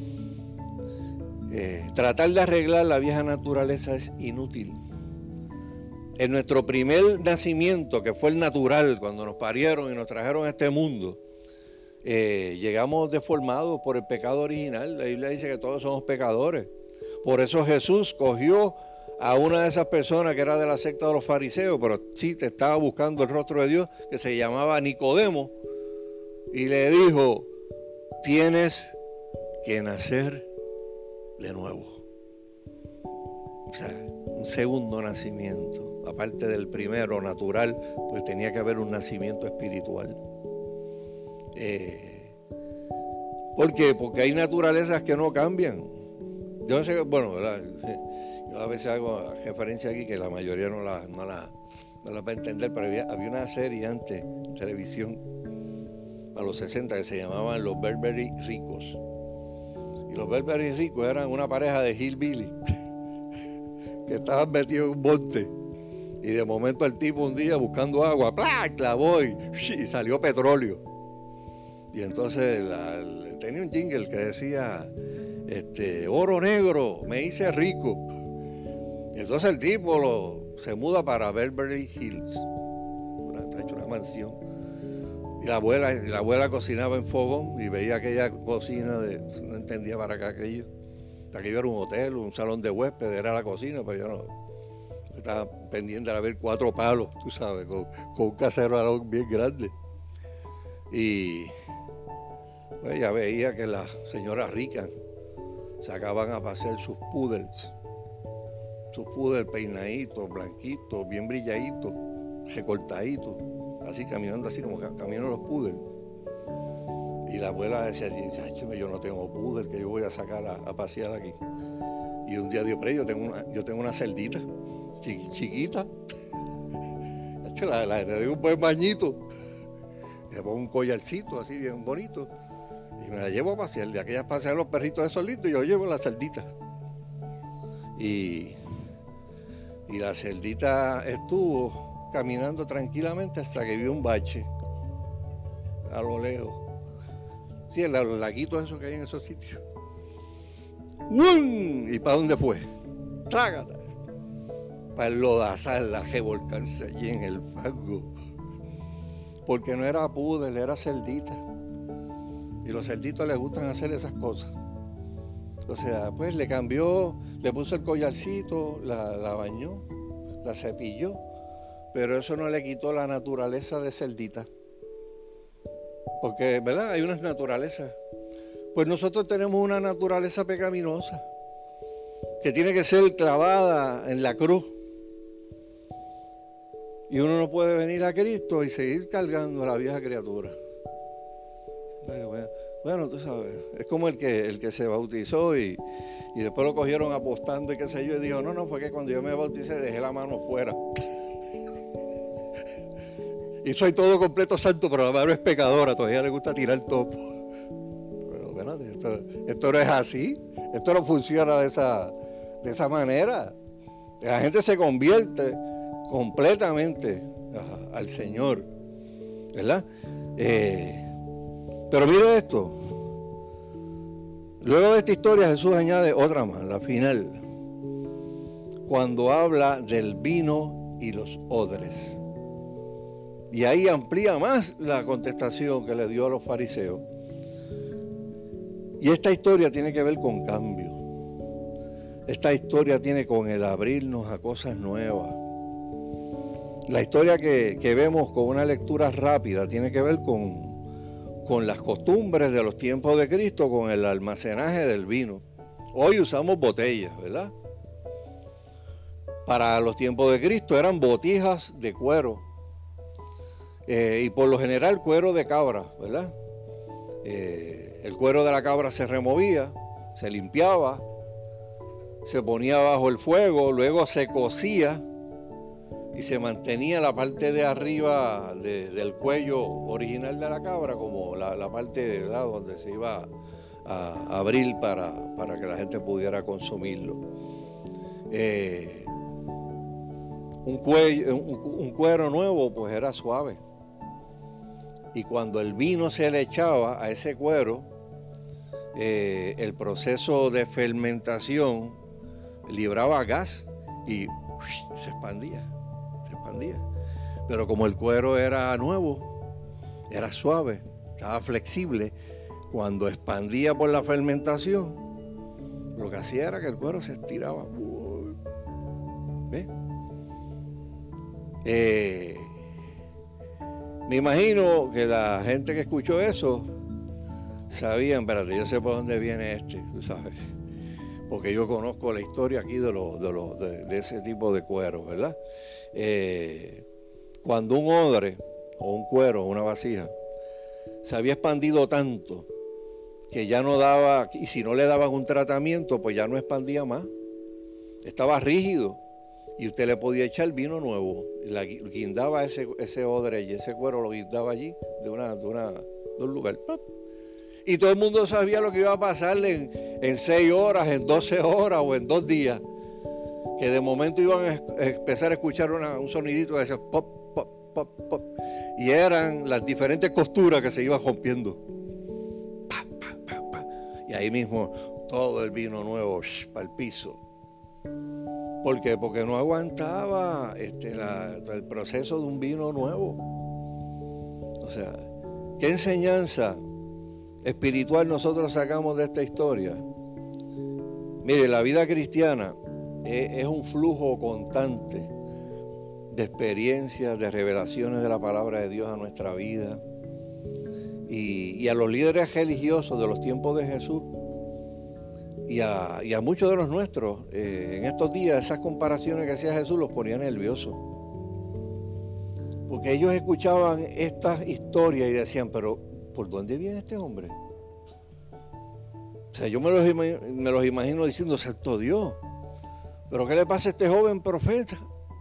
[SPEAKER 1] Eh, tratar de arreglar la vieja naturaleza es inútil. En nuestro primer nacimiento, que fue el natural, cuando nos parieron y nos trajeron a este mundo, eh, llegamos deformados por el pecado original. La Biblia dice que todos somos pecadores. Por eso Jesús cogió a una de esas personas que era de la secta de los fariseos, pero sí te estaba buscando el rostro de Dios, que se llamaba Nicodemo, y le dijo, tienes que nacer de nuevo. O sea, un segundo nacimiento. Aparte del primero natural, pues tenía que haber un nacimiento espiritual. Eh, ¿Por qué? Porque hay naturalezas que no cambian. Yo no sé, bueno, ¿verdad? Yo a veces hago referencia aquí que la mayoría no la, no la, no la va a entender, pero había, había una serie antes, televisión, a los sesenta, que se llamaban Los Beverly Ricos. Y los Beverly Ricos eran una pareja de hillbilly que estaban metidos en un monte. Y de momento el tipo un día buscando agua, ¡plá!, clavó y, y salió petróleo. Y entonces la, tenía un jingle que decía, este, oro negro, me hice rico. Y entonces el tipo lo, se muda para Beverly Hills, una, está hecho una mansión. Y la abuela, y la abuela cocinaba en fogón y veía aquella cocina, de, no entendía para qué aquello. Aquello era un hotel, un salón de huéspedes, era la cocina, pero yo no. Estaba pendiente de ver cuatro palos, tú sabes, con, con un caserolón bien grande. Y pues ella veía que las señoras ricas sacaban a pasear sus poodles, sus poodles peinaditos, blanquitos, bien brilladitos, recortaditos, así caminando así como caminan los poodles. Y la abuela decía, yo no tengo poodle que yo voy a sacar a, a pasear aquí. Y un día dijo, pero yo tengo una, yo tengo una cerdita chiqui, chiquita. La, la, le doy un buen bañito. Le pongo un collarcito así bien bonito. Y me la llevo a pasear. De aquellas pasean los perritos de solitos y yo llevo la cerdita. Y, y la cerdita estuvo caminando tranquilamente hasta que vio un bache a lo lejos. Sí, los laguitos esos que hay en esos sitios. ¡Bum! ¿Y para dónde fue? Trágata. Para el lodazal, a revolcarse allí en el fango. Porque no era poodle, era cerdita. Y los cerditos les gustan hacer esas cosas. O sea, pues le cambió, le puso el collarcito, la, la bañó, la cepilló. Pero eso no le quitó la naturaleza de cerdita. Porque, ¿verdad? Hay unas naturalezas. Pues nosotros tenemos una naturaleza pecaminosa que tiene que ser clavada en la cruz. Y uno no puede venir a Cristo y seguir cargando a la vieja criatura. Bueno, bueno, tú sabes, es como el que, el que se bautizó y, y después lo cogieron apostando y qué sé yo, y dijo, no, no, fue que cuando yo me bauticé dejé la mano fuera. Y soy todo completo santo, pero la mano es pecadora, todavía le gusta tirar topo. Pero, ¿verdad? Esto, esto no es así, esto no funciona de esa, de esa manera. La gente se convierte completamente a, al Señor, ¿verdad? Eh, pero mire esto. Luego de esta historia Jesús añade otra más, la final, cuando habla del vino y los odres. Y ahí amplía más la contestación que le dio a los fariseos. Y esta historia tiene que ver con cambio. Esta historia tiene con el abrirnos a cosas nuevas. La historia que, que vemos con una lectura rápida tiene que ver con, con las costumbres de los tiempos de Cristo, con el almacenaje del vino. Hoy usamos botellas, ¿verdad? Para los tiempos de Cristo eran botijas de cuero. Eh, y por lo general cuero de cabra, ¿verdad? Eh, el cuero de la cabra se removía, se limpiaba, se ponía bajo el fuego, luego se cocía y se mantenía la parte de arriba de, del cuello original de la cabra como la, la parte de lado donde se iba a abrir para, para que la gente pudiera consumirlo. Eh, un, cuello, un, un cuero nuevo pues era suave, y cuando el vino se le echaba a ese cuero, eh, el proceso de fermentación libraba gas y uy, se expandía, se expandía. Pero como el cuero era nuevo, era suave, estaba flexible, cuando expandía por la fermentación, lo que hacía era que el cuero se estiraba. ¿Ves? Eh, me imagino que la gente que escuchó eso sabían, espérate, yo sé por dónde viene este, tú sabes, porque yo conozco la historia aquí de, lo, de, lo, de, de ese tipo de cuero, ¿verdad? Eh, cuando un odre o un cuero, una vasija, se había expandido tanto que ya no daba, y si no le daban un tratamiento, pues ya no expandía más, estaba rígido, y usted le podía echar vino nuevo, la, guindaba ese, ese odre y ese cuero lo guindaba allí, de, una, de, una, de un lugar, y todo el mundo sabía lo que iba a pasarle en, en seis horas, en doce horas o en dos días, que de momento iban a empezar a escuchar una, un sonidito que decía pop, pop, pop, pop, y eran las diferentes costuras que se iban rompiendo. Pa, pa, pa, pa. Y ahí mismo todo el vino nuevo shh, para el piso. ¿Por qué? Porque no aguantaba este, la, el proceso de un vino nuevo. O sea, ¿qué enseñanza espiritual nosotros sacamos de esta historia? Mire, la vida cristiana es, es un flujo constante de experiencias, de revelaciones de la palabra de Dios a nuestra vida. Y, y a los líderes religiosos de los tiempos de Jesús y a, y a muchos de los nuestros, eh, en estos días esas comparaciones que hacía Jesús los ponían nerviosos. Porque ellos escuchaban estas historias y decían, pero ¿por dónde viene este hombre? O sea, yo me los, me los imagino diciendo, santo Dios, ¿pero qué le pasa a este joven profeta?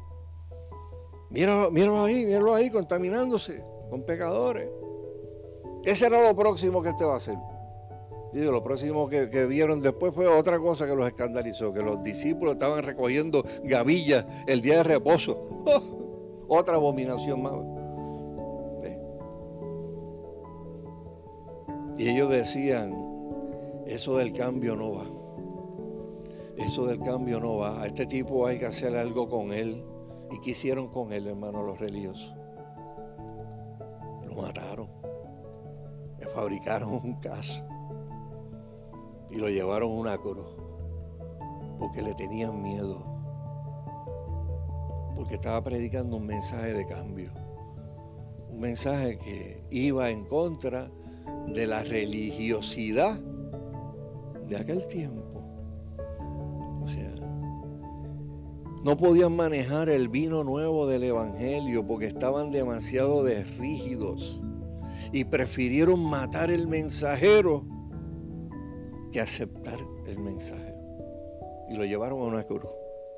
[SPEAKER 1] Míralo, míralo ahí, míralo ahí, contaminándose con pecadores. Ese era lo próximo que este va a hacer. Digo, lo próximo que, que vieron después fue otra cosa que los escandalizó, que los discípulos estaban recogiendo gavillas el día de reposo. ¡Oh! Otra abominación más. ¿Ve? Y ellos decían, eso del cambio no va. Eso del cambio no va. A este tipo hay que hacer algo con él. ¿Y qué hicieron con él, hermano, los religiosos? Lo mataron. Le fabricaron un caso. Y lo llevaron a una cruz. Porque le tenían miedo. Porque estaba predicando un mensaje de cambio. Un mensaje que iba en contra de la religiosidad de aquel tiempo. O sea, no podían manejar el vino nuevo del evangelio porque estaban demasiado de rígidos y prefirieron matar el mensajero que aceptar el mensaje, y lo llevaron a una cruz.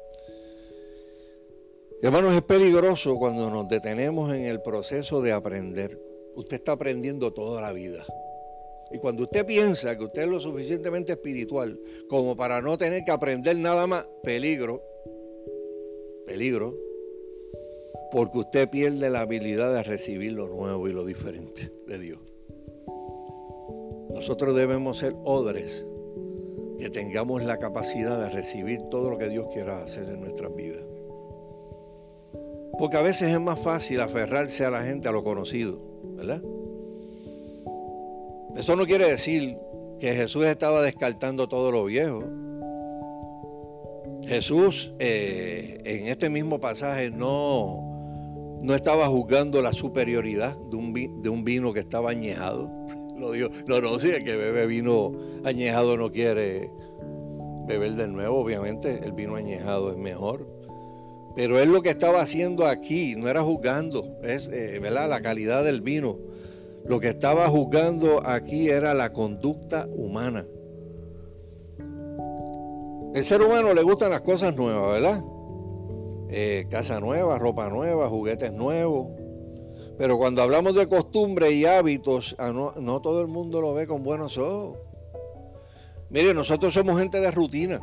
[SPEAKER 1] Hermanos, es peligroso cuando nos detenemos en el proceso de aprender. Usted está aprendiendo toda la vida. Y cuando usted piensa que usted es lo suficientemente espiritual como para no tener que aprender nada más, peligro, peligro, porque usted pierde la habilidad de recibir lo nuevo y lo diferente de Dios. Nosotros debemos ser odres que tengamos la capacidad de recibir todo lo que Dios quiera hacer en nuestras vidas. Porque a veces es más fácil aferrarse a la gente, a lo conocido, ¿verdad? Eso no quiere decir que Jesús estaba descartando todo lo viejo. Jesús eh, en este mismo pasaje no, no estaba juzgando la superioridad de un, de un vino que estaba añejado. Lo digo, no, no, si el que bebe vino añejado no quiere beber del nuevo, obviamente el vino añejado es mejor. Pero él lo que estaba haciendo aquí no era juzgando, es eh, ¿verdad? La calidad del vino, Lo que estaba juzgando aquí era la conducta humana. El ser humano le gustan las cosas nuevas, ¿verdad? Eh, casa nueva, ropa nueva, juguetes nuevos. Pero cuando hablamos de costumbres y hábitos, no, no todo el mundo lo ve con buenos ojos. Mire, nosotros somos gente de rutina.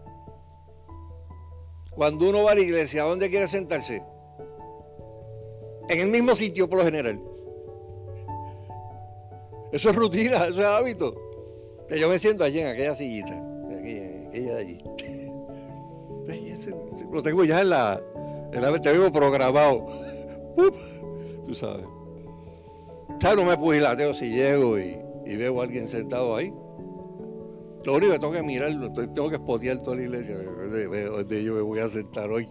[SPEAKER 1] Cuando uno va a la iglesia, ¿a dónde quiere sentarse? En el mismo sitio por lo general. Eso es rutina, eso es hábito. Que yo me siento allí en aquella sillita, en aquella de allí. Lo tengo ya en la, en la te vivo programado. Tú sabes. ¿Sabes? No me pugilateo si llego y, y veo a alguien sentado ahí. Lo único que tengo que mirar, tengo que spotear toda la iglesia. Donde yo me voy a sentar hoy.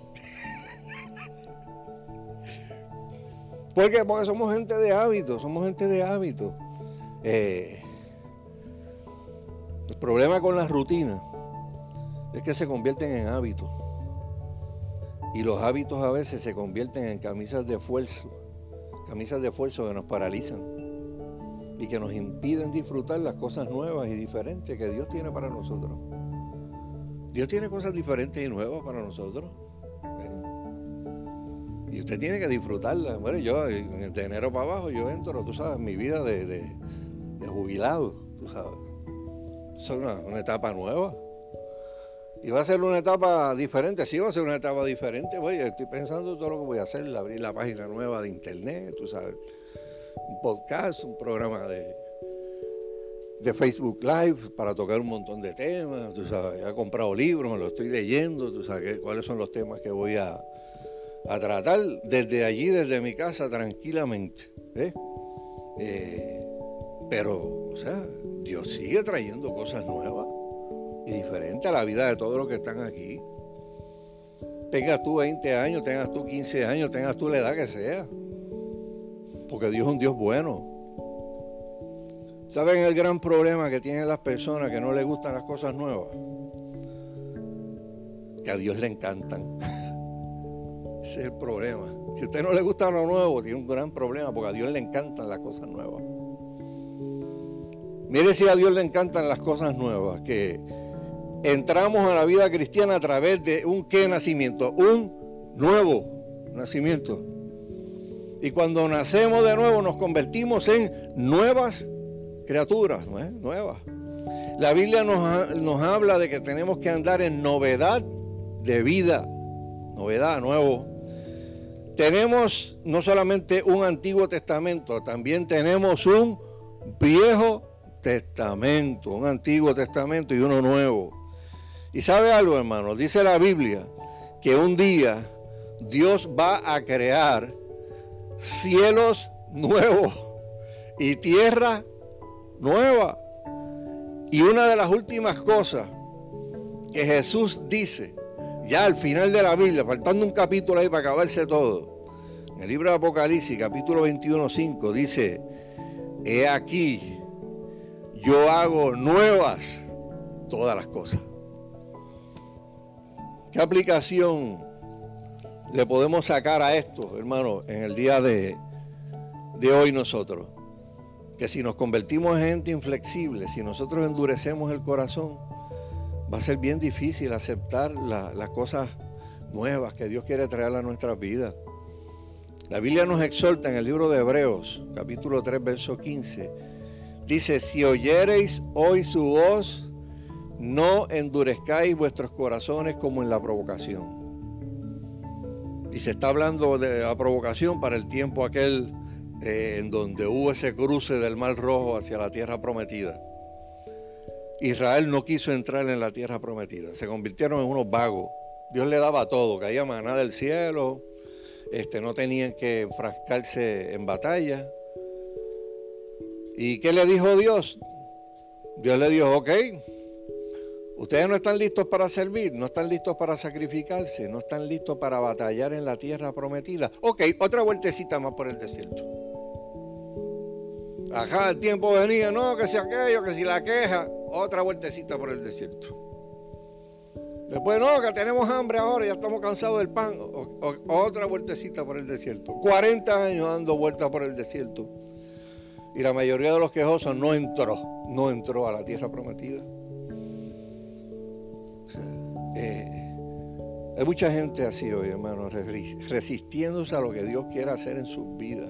[SPEAKER 1] ¿Por qué? Porque somos gente de hábito, somos gente de hábito. Eh, el problema con las rutinas es que se convierten en hábitos. Y los hábitos a veces se convierten en camisas de esfuerzo, camisas de esfuerzo que nos paralizan y que nos impiden disfrutar las cosas nuevas y diferentes que Dios tiene para nosotros. Dios tiene cosas diferentes y nuevas para nosotros. Y usted tiene que disfrutarlas. Bueno, yo de enero para abajo yo entro, tú sabes, en mi vida de, de, de jubilado, tú sabes. Es una, una etapa nueva. Y va a ser una etapa diferente, sí va a ser una etapa diferente. Oye, estoy pensando en todo lo que voy a hacer, abrir la página nueva de internet, tú sabes, un podcast, un programa de, de Facebook Live para tocar un montón de temas, tú sabes, ya he comprado libros, me lo estoy leyendo, tú sabes cuáles son los temas que voy a, a tratar desde allí, desde mi casa, tranquilamente. ¿eh? Eh, pero, o sea, Dios sigue trayendo cosas nuevas y diferente a la vida de todos los que están aquí. Tengas tú veinte años, tengas tú quince años, tengas tú la edad que sea. Porque Dios es un Dios bueno. ¿Saben el gran problema que tienen las personas que no les gustan las cosas nuevas? Que a Dios le encantan. Ese es el problema. Si a usted no le gusta lo nuevo, tiene un gran problema porque a Dios le encantan las cosas nuevas. Mire si a Dios le encantan las cosas nuevas, que entramos a la vida cristiana a través de un ¿qué nacimiento? Un nuevo nacimiento. Y cuando nacemos de nuevo nos convertimos en nuevas criaturas, ¿no es? Nuevas. La Biblia nos, nos habla de que tenemos que andar en novedad de vida. Novedad, nuevo. Tenemos no solamente un Antiguo Testamento, también tenemos un Viejo Testamento, un Antiguo Testamento y uno nuevo. Y sabe algo, hermano, dice la Biblia que un día Dios va a crear cielos nuevos y tierra nueva. Y una de las últimas cosas que Jesús dice, ya al final de la Biblia, faltando un capítulo ahí para acabarse todo, en el libro de Apocalipsis, capítulo veintiuno, cinco, dice: he aquí, yo hago nuevas todas las cosas. ¿Qué aplicación le podemos sacar a esto, hermano, en el día de, de hoy nosotros? Que si nos convertimos en gente inflexible, si nosotros endurecemos el corazón, va a ser bien difícil aceptar la, las cosas nuevas que Dios quiere traer a nuestras vidas. La Biblia nos exhorta en el libro de Hebreos, capítulo tres, verso quince. Dice: si oyereis hoy su voz, no endurezcáis vuestros corazones como en la provocación. Y se está hablando de la provocación para el tiempo aquel eh, en donde hubo ese cruce del Mar Rojo hacia la tierra prometida. Israel no quiso entrar en la tierra prometida, se convirtieron en unos vagos. Dios le daba todo, caía maná del cielo, este, no tenían que enfrascarse en batalla. ¿Y qué le dijo Dios? Dios le dijo: ok, ustedes no están listos para servir, no están listos para sacrificarse, no están listos para batallar en la tierra prometida. Ok, otra vueltecita más por el desierto. Ajá, el tiempo venía, no, que si aquello, que si la queja, otra vueltecita por el desierto. Después, no, que tenemos hambre ahora, ya estamos cansados del pan, o, o, otra vueltecita por el desierto. cuarenta años dando vueltas por el desierto. Y la mayoría de los quejosos no entró, no entró a la tierra prometida. O sea, eh, hay mucha gente así hoy, hermano, resistiéndose a lo que Dios quiere hacer en sus vidas.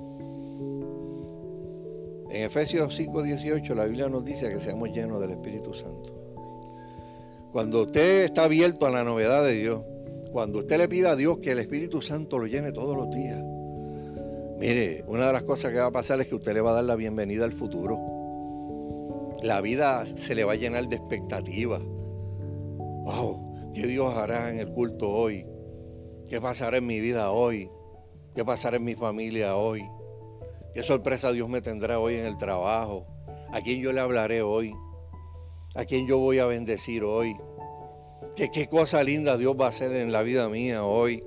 [SPEAKER 1] En Efesios cinco dieciocho la Biblia nos dice que seamos llenos del Espíritu Santo. Cuando usted está abierto a la novedad de Dios, cuando usted le pida a Dios que el Espíritu Santo lo llene todos los días, mire, una de las cosas que va a pasar es que usted le va a dar la bienvenida al futuro. La vida se le va a llenar de expectativas. Wow, ¿qué Dios hará en el culto hoy? ¿Qué pasará en mi vida hoy? ¿Qué pasará en mi familia hoy? ¿Qué sorpresa Dios me tendrá hoy en el trabajo? ¿A quién yo le hablaré hoy? ¿A quién yo voy a bendecir hoy? ¿Qué, qué cosa linda Dios va a hacer en la vida mía hoy?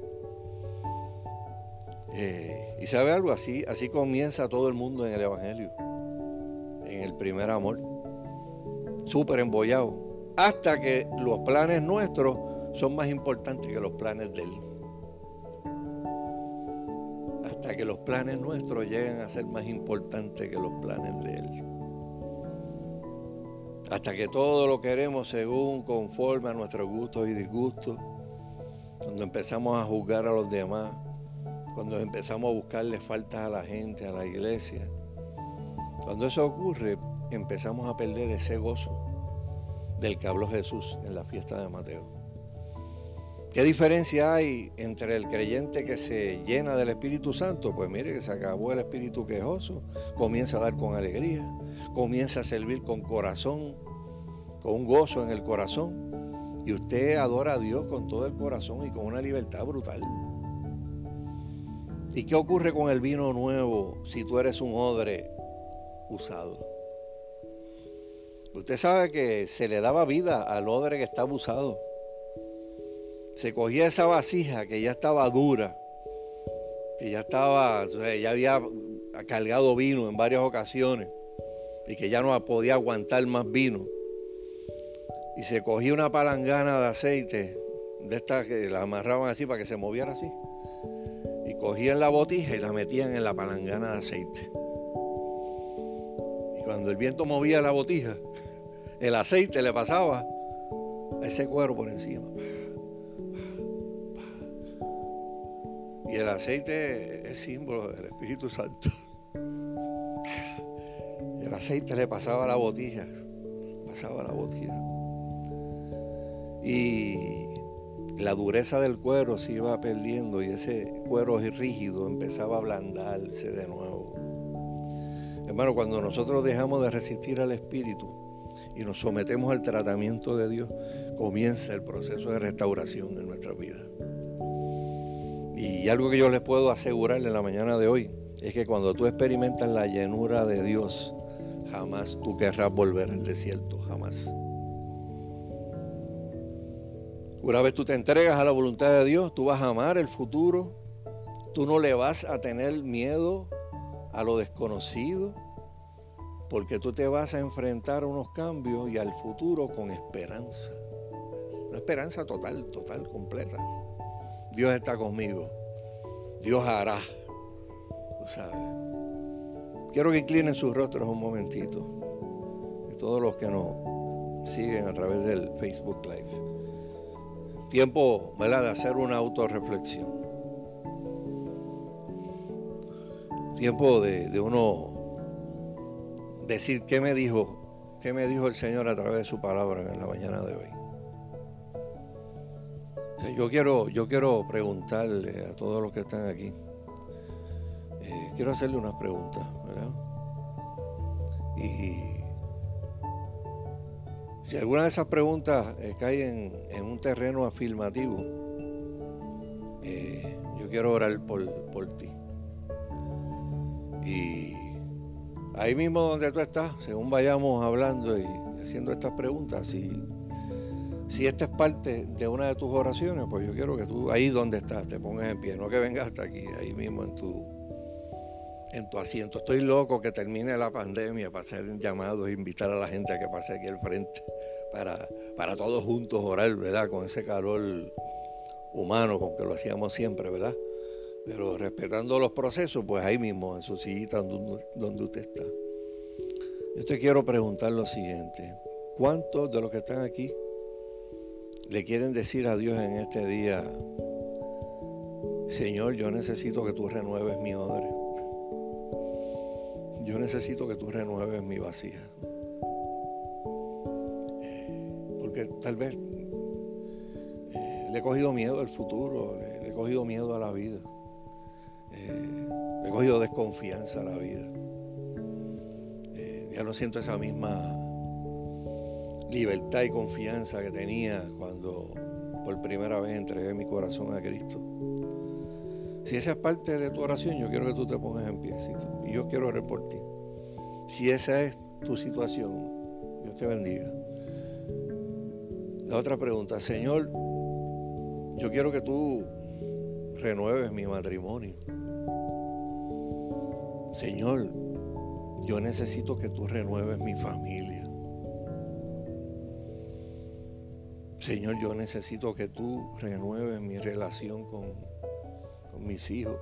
[SPEAKER 1] Eh, y sabe algo, así, así comienza todo el mundo en el Evangelio, en el primer amor, súper embollado, hasta que los planes nuestros son más importantes que los planes de Él. Hasta que los planes nuestros lleguen a ser más importantes que los planes de Él. Hasta que todo lo queremos según, conforme a nuestros gustos y disgustos. Cuando empezamos a juzgar a los demás, cuando empezamos a buscarle faltas a la gente, a la iglesia. Cuando eso ocurre, empezamos a perder ese gozo del que habló Jesús en la fiesta de Mateo. ¿Qué diferencia hay entre el creyente que se llena del Espíritu Santo? Pues mire que se acabó el espíritu quejoso, comienza a dar con alegría, comienza a servir con corazón, con un gozo en el corazón, y usted adora a Dios con todo el corazón y con una libertad brutal. ¿Y qué ocurre con el vino nuevo si tú eres un odre usado? Usted sabe que se le daba vida al odre que estaba usado. Se cogía esa vasija que ya estaba dura, que ya estaba, o sea, ya había cargado vino en varias ocasiones y que ya no podía aguantar más vino. Y se cogía una palangana de aceite, de estas que la amarraban así para que se moviera así. Y cogían la botija y la metían en la palangana de aceite. Y cuando el viento movía la botija, el aceite le pasaba a ese cuero por encima. Y el aceite es símbolo del Espíritu Santo. Y el aceite le pasaba a la botija, pasaba a la botija. Y la dureza del cuero se iba perdiendo y ese cuero rígido empezaba a ablandarse de nuevo. Hermano, cuando nosotros dejamos de resistir al Espíritu y nos sometemos al tratamiento de Dios, comienza el proceso de restauración en nuestra vida. Y algo que yo les puedo asegurar en la mañana de hoy es que cuando tú experimentas la llenura de Dios, jamás tú querrás volver al desierto, jamás. Una vez tú te entregas a la voluntad de Dios, tú vas a amar el futuro, tú no le vas a tener miedo a lo desconocido, porque tú te vas a enfrentar a unos cambios y al futuro con esperanza. Una esperanza total, total, completa. Dios está conmigo. Dios hará. Tú sabes. Quiero que inclinen sus rostros un momentito. Y todos los que nos siguen a través del Facebook Live. Tiempo, ¿verdad?, de hacer una autorreflexión. Tiempo de, de uno decir qué me dijo, qué me dijo el Señor a través de su palabra en la mañana de hoy. Yo quiero, yo quiero preguntarle a todos los que están aquí, eh, quiero hacerle unas preguntas, ¿verdad? Y si alguna de esas preguntas eh, cae en, en un terreno afirmativo, eh, yo quiero orar por, por ti. Y ahí mismo donde tú estás, según vayamos hablando y haciendo estas preguntas, si... Si esta es parte de una de tus oraciones, pues yo quiero que tú, ahí donde estás, te pongas en pie, no que vengas hasta aquí, ahí mismo en tu, en tu asiento. Estoy loco que termine la pandemia para hacer llamados e invitar a la gente a que pase aquí al frente para, para todos juntos orar, ¿verdad? Con ese calor humano con que lo hacíamos siempre, ¿verdad? Pero respetando los procesos, pues ahí mismo, en su sillita donde, donde usted está. Yo te quiero preguntar lo siguiente. ¿Cuántos de los que están aquí le quieren decir a Dios en este día: Señor, yo necesito que tú renueves mi odre? Yo necesito que tú renueves mi vasija. Porque tal vez eh, le he cogido miedo al futuro, le, le he cogido miedo a la vida. Eh, le he cogido desconfianza a la vida. Eh, ya no siento esa misma libertad y confianza que tenía cuando por primera vez entregué mi corazón a Cristo. Si esa es parte de tu oración, yo quiero que tú te pongas en pie. Y yo quiero orar por ti. Si esa es tu situación, Dios te bendiga. La otra pregunta: Señor, yo quiero que tú renueves mi matrimonio. Señor, yo necesito que tú renueves mi familia. Señor, yo necesito que tú renueves mi relación con, con mis hijos.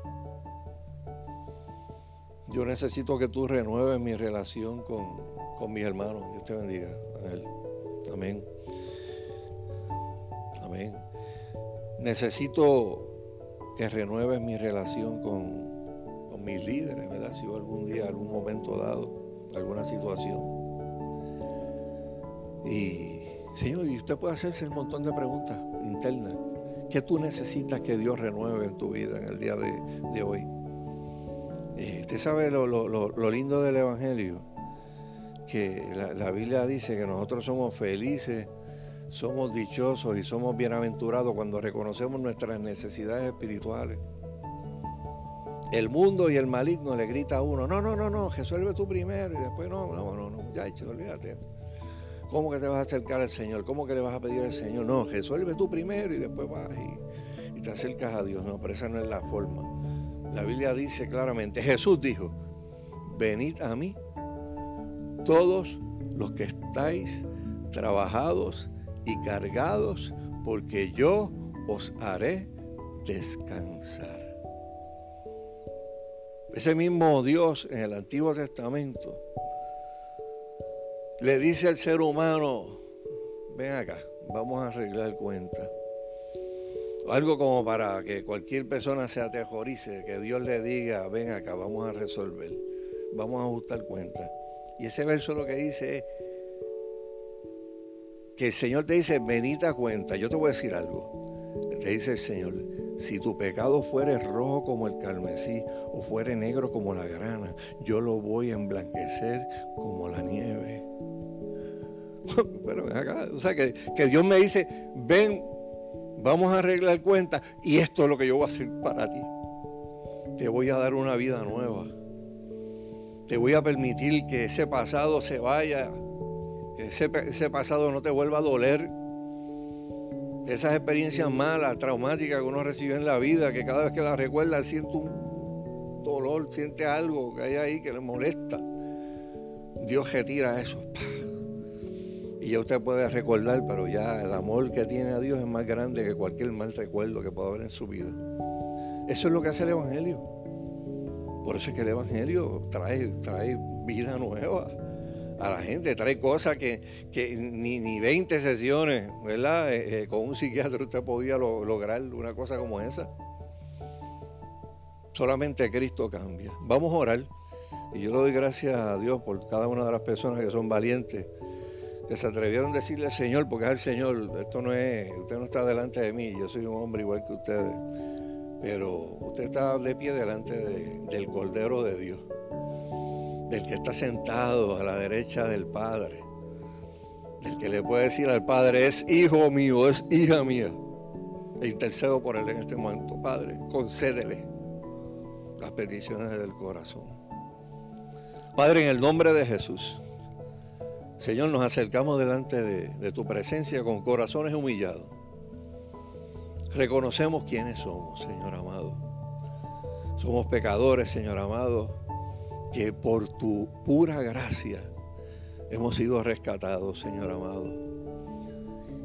[SPEAKER 1] Yo necesito que tú renueves mi relación con, con mis hermanos. Dios te bendiga, Ángel. Amén. Amén. Necesito que renueves mi relación con, con mis líderes, ¿verdad? Si algún día, algún momento dado, alguna situación. Y, Señor, y usted puede hacerse un montón de preguntas internas. ¿Qué tú necesitas que Dios renueve en tu vida en el día de, de hoy? Eh, usted sabe lo, lo, lo, lo lindo del Evangelio, que la, la Biblia dice que nosotros somos felices, somos dichosos y somos bienaventurados cuando reconocemos nuestras necesidades espirituales. El mundo y el maligno le grita a uno: no, no, no, no, resuelve tú primero, y después no, no, no, no, ya, hecho, olvídate. ¿Cómo que te vas a acercar al Señor? ¿Cómo que le vas a pedir al Señor? No, resuelve tú primero y después vas y, y te acercas a Dios. No, pero esa no es la forma. La Biblia dice claramente, Jesús dijo: venid a mí todos los que estáis trabajados y cargados, porque yo os haré descansar. Ese mismo Dios en el Antiguo Testamento le dice al ser humano: ven acá, vamos a arreglar cuentas. Algo como para que cualquier persona se aterrorice, que Dios le diga: ven acá, vamos a resolver, vamos a ajustar cuentas. Y ese verso lo que dice es que el Señor te dice: venid a cuenta. Yo te voy a decir algo. Te dice el Señor: si tu pecado fuere rojo como el carmesí o fuere negro como la grana, yo lo voy a emblanquecer como la nieve. Pero ven acá, o sea que, que Dios me dice: ven, vamos a arreglar cuentas, y esto es lo que yo voy a hacer para ti. Te voy a dar una vida nueva. Te voy a permitir que ese pasado se vaya, que ese, ese pasado no te vuelva a doler. De esas experiencias malas, traumáticas que uno recibió en la vida, que cada vez que las recuerda siente un dolor, siente algo que hay ahí que le molesta. Dios retira eso. Y ya usted puede recordar, pero ya el amor que tiene a Dios es más grande que cualquier mal recuerdo que pueda haber en su vida. Eso es lo que hace el Evangelio. Por eso es que el Evangelio trae, trae vida nueva a la gente, trae cosas que, que ni, ni veinte sesiones, ¿verdad? Eh, eh, con un psiquiatra usted podía lo, lograr una cosa como esa. Solamente Cristo cambia. Vamos a orar. Y yo le doy gracias a Dios por cada una de las personas que son valientes, que se atrevieron a decirle: Señor, porque es el Señor, esto no es, usted no está delante de mí, yo soy un hombre igual que ustedes, pero usted está de pie delante de, del Cordero de Dios, del que está sentado a la derecha del Padre, del que le puede decir al Padre: es hijo mío, es hija mía, e intercedo por él en este momento. Padre, concédele las peticiones del corazón. Padre, en el nombre de Jesús, Señor, nos acercamos delante de, de tu presencia con corazones humillados. Reconocemos quiénes somos, Señor amado. Somos pecadores, Señor amado, que por tu pura gracia hemos sido rescatados, Señor amado.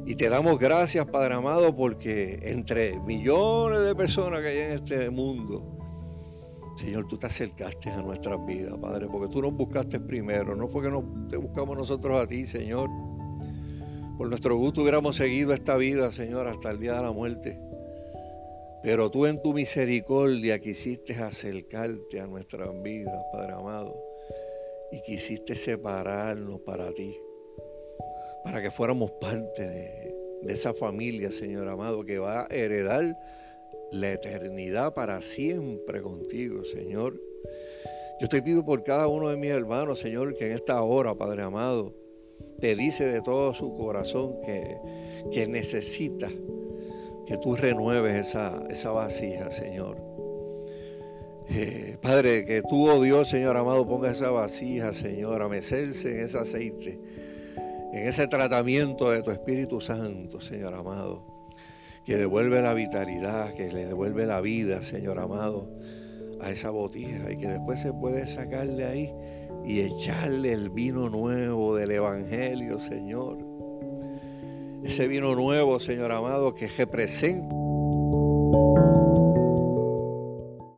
[SPEAKER 1] Y te damos gracias, Padre amado, porque entre millones de personas que hay en este mundo, Señor, tú te acercaste a nuestras vidas, Padre, porque tú nos buscaste primero, no porque nos, te buscamos nosotros a ti, Señor. Por nuestro gusto hubiéramos seguido esta vida, Señor, hasta el día de la muerte. Pero tú en tu misericordia quisiste acercarte a nuestras vidas, Padre amado, y quisiste separarnos para ti, para que fuéramos parte de, de esa familia, Señor amado, que va a heredar la eternidad para siempre contigo, Señor. Yo te pido por cada uno de mis hermanos, Señor, que en esta hora, Padre amado, te dice de todo su corazón que, que necesita que tú renueves esa, esa vasija, Señor. Eh, Padre, que tú, oh Dios, Señor amado, ponga esa vasija, Señor, a mecerse en ese aceite, en ese tratamiento de tu Espíritu Santo, Señor amado, que devuelve la vitalidad, que le devuelve la vida, Señor amado, a esa botija, y que después se puede sacarle ahí y echarle el vino nuevo del Evangelio, Señor. Ese vino nuevo, Señor amado, que representa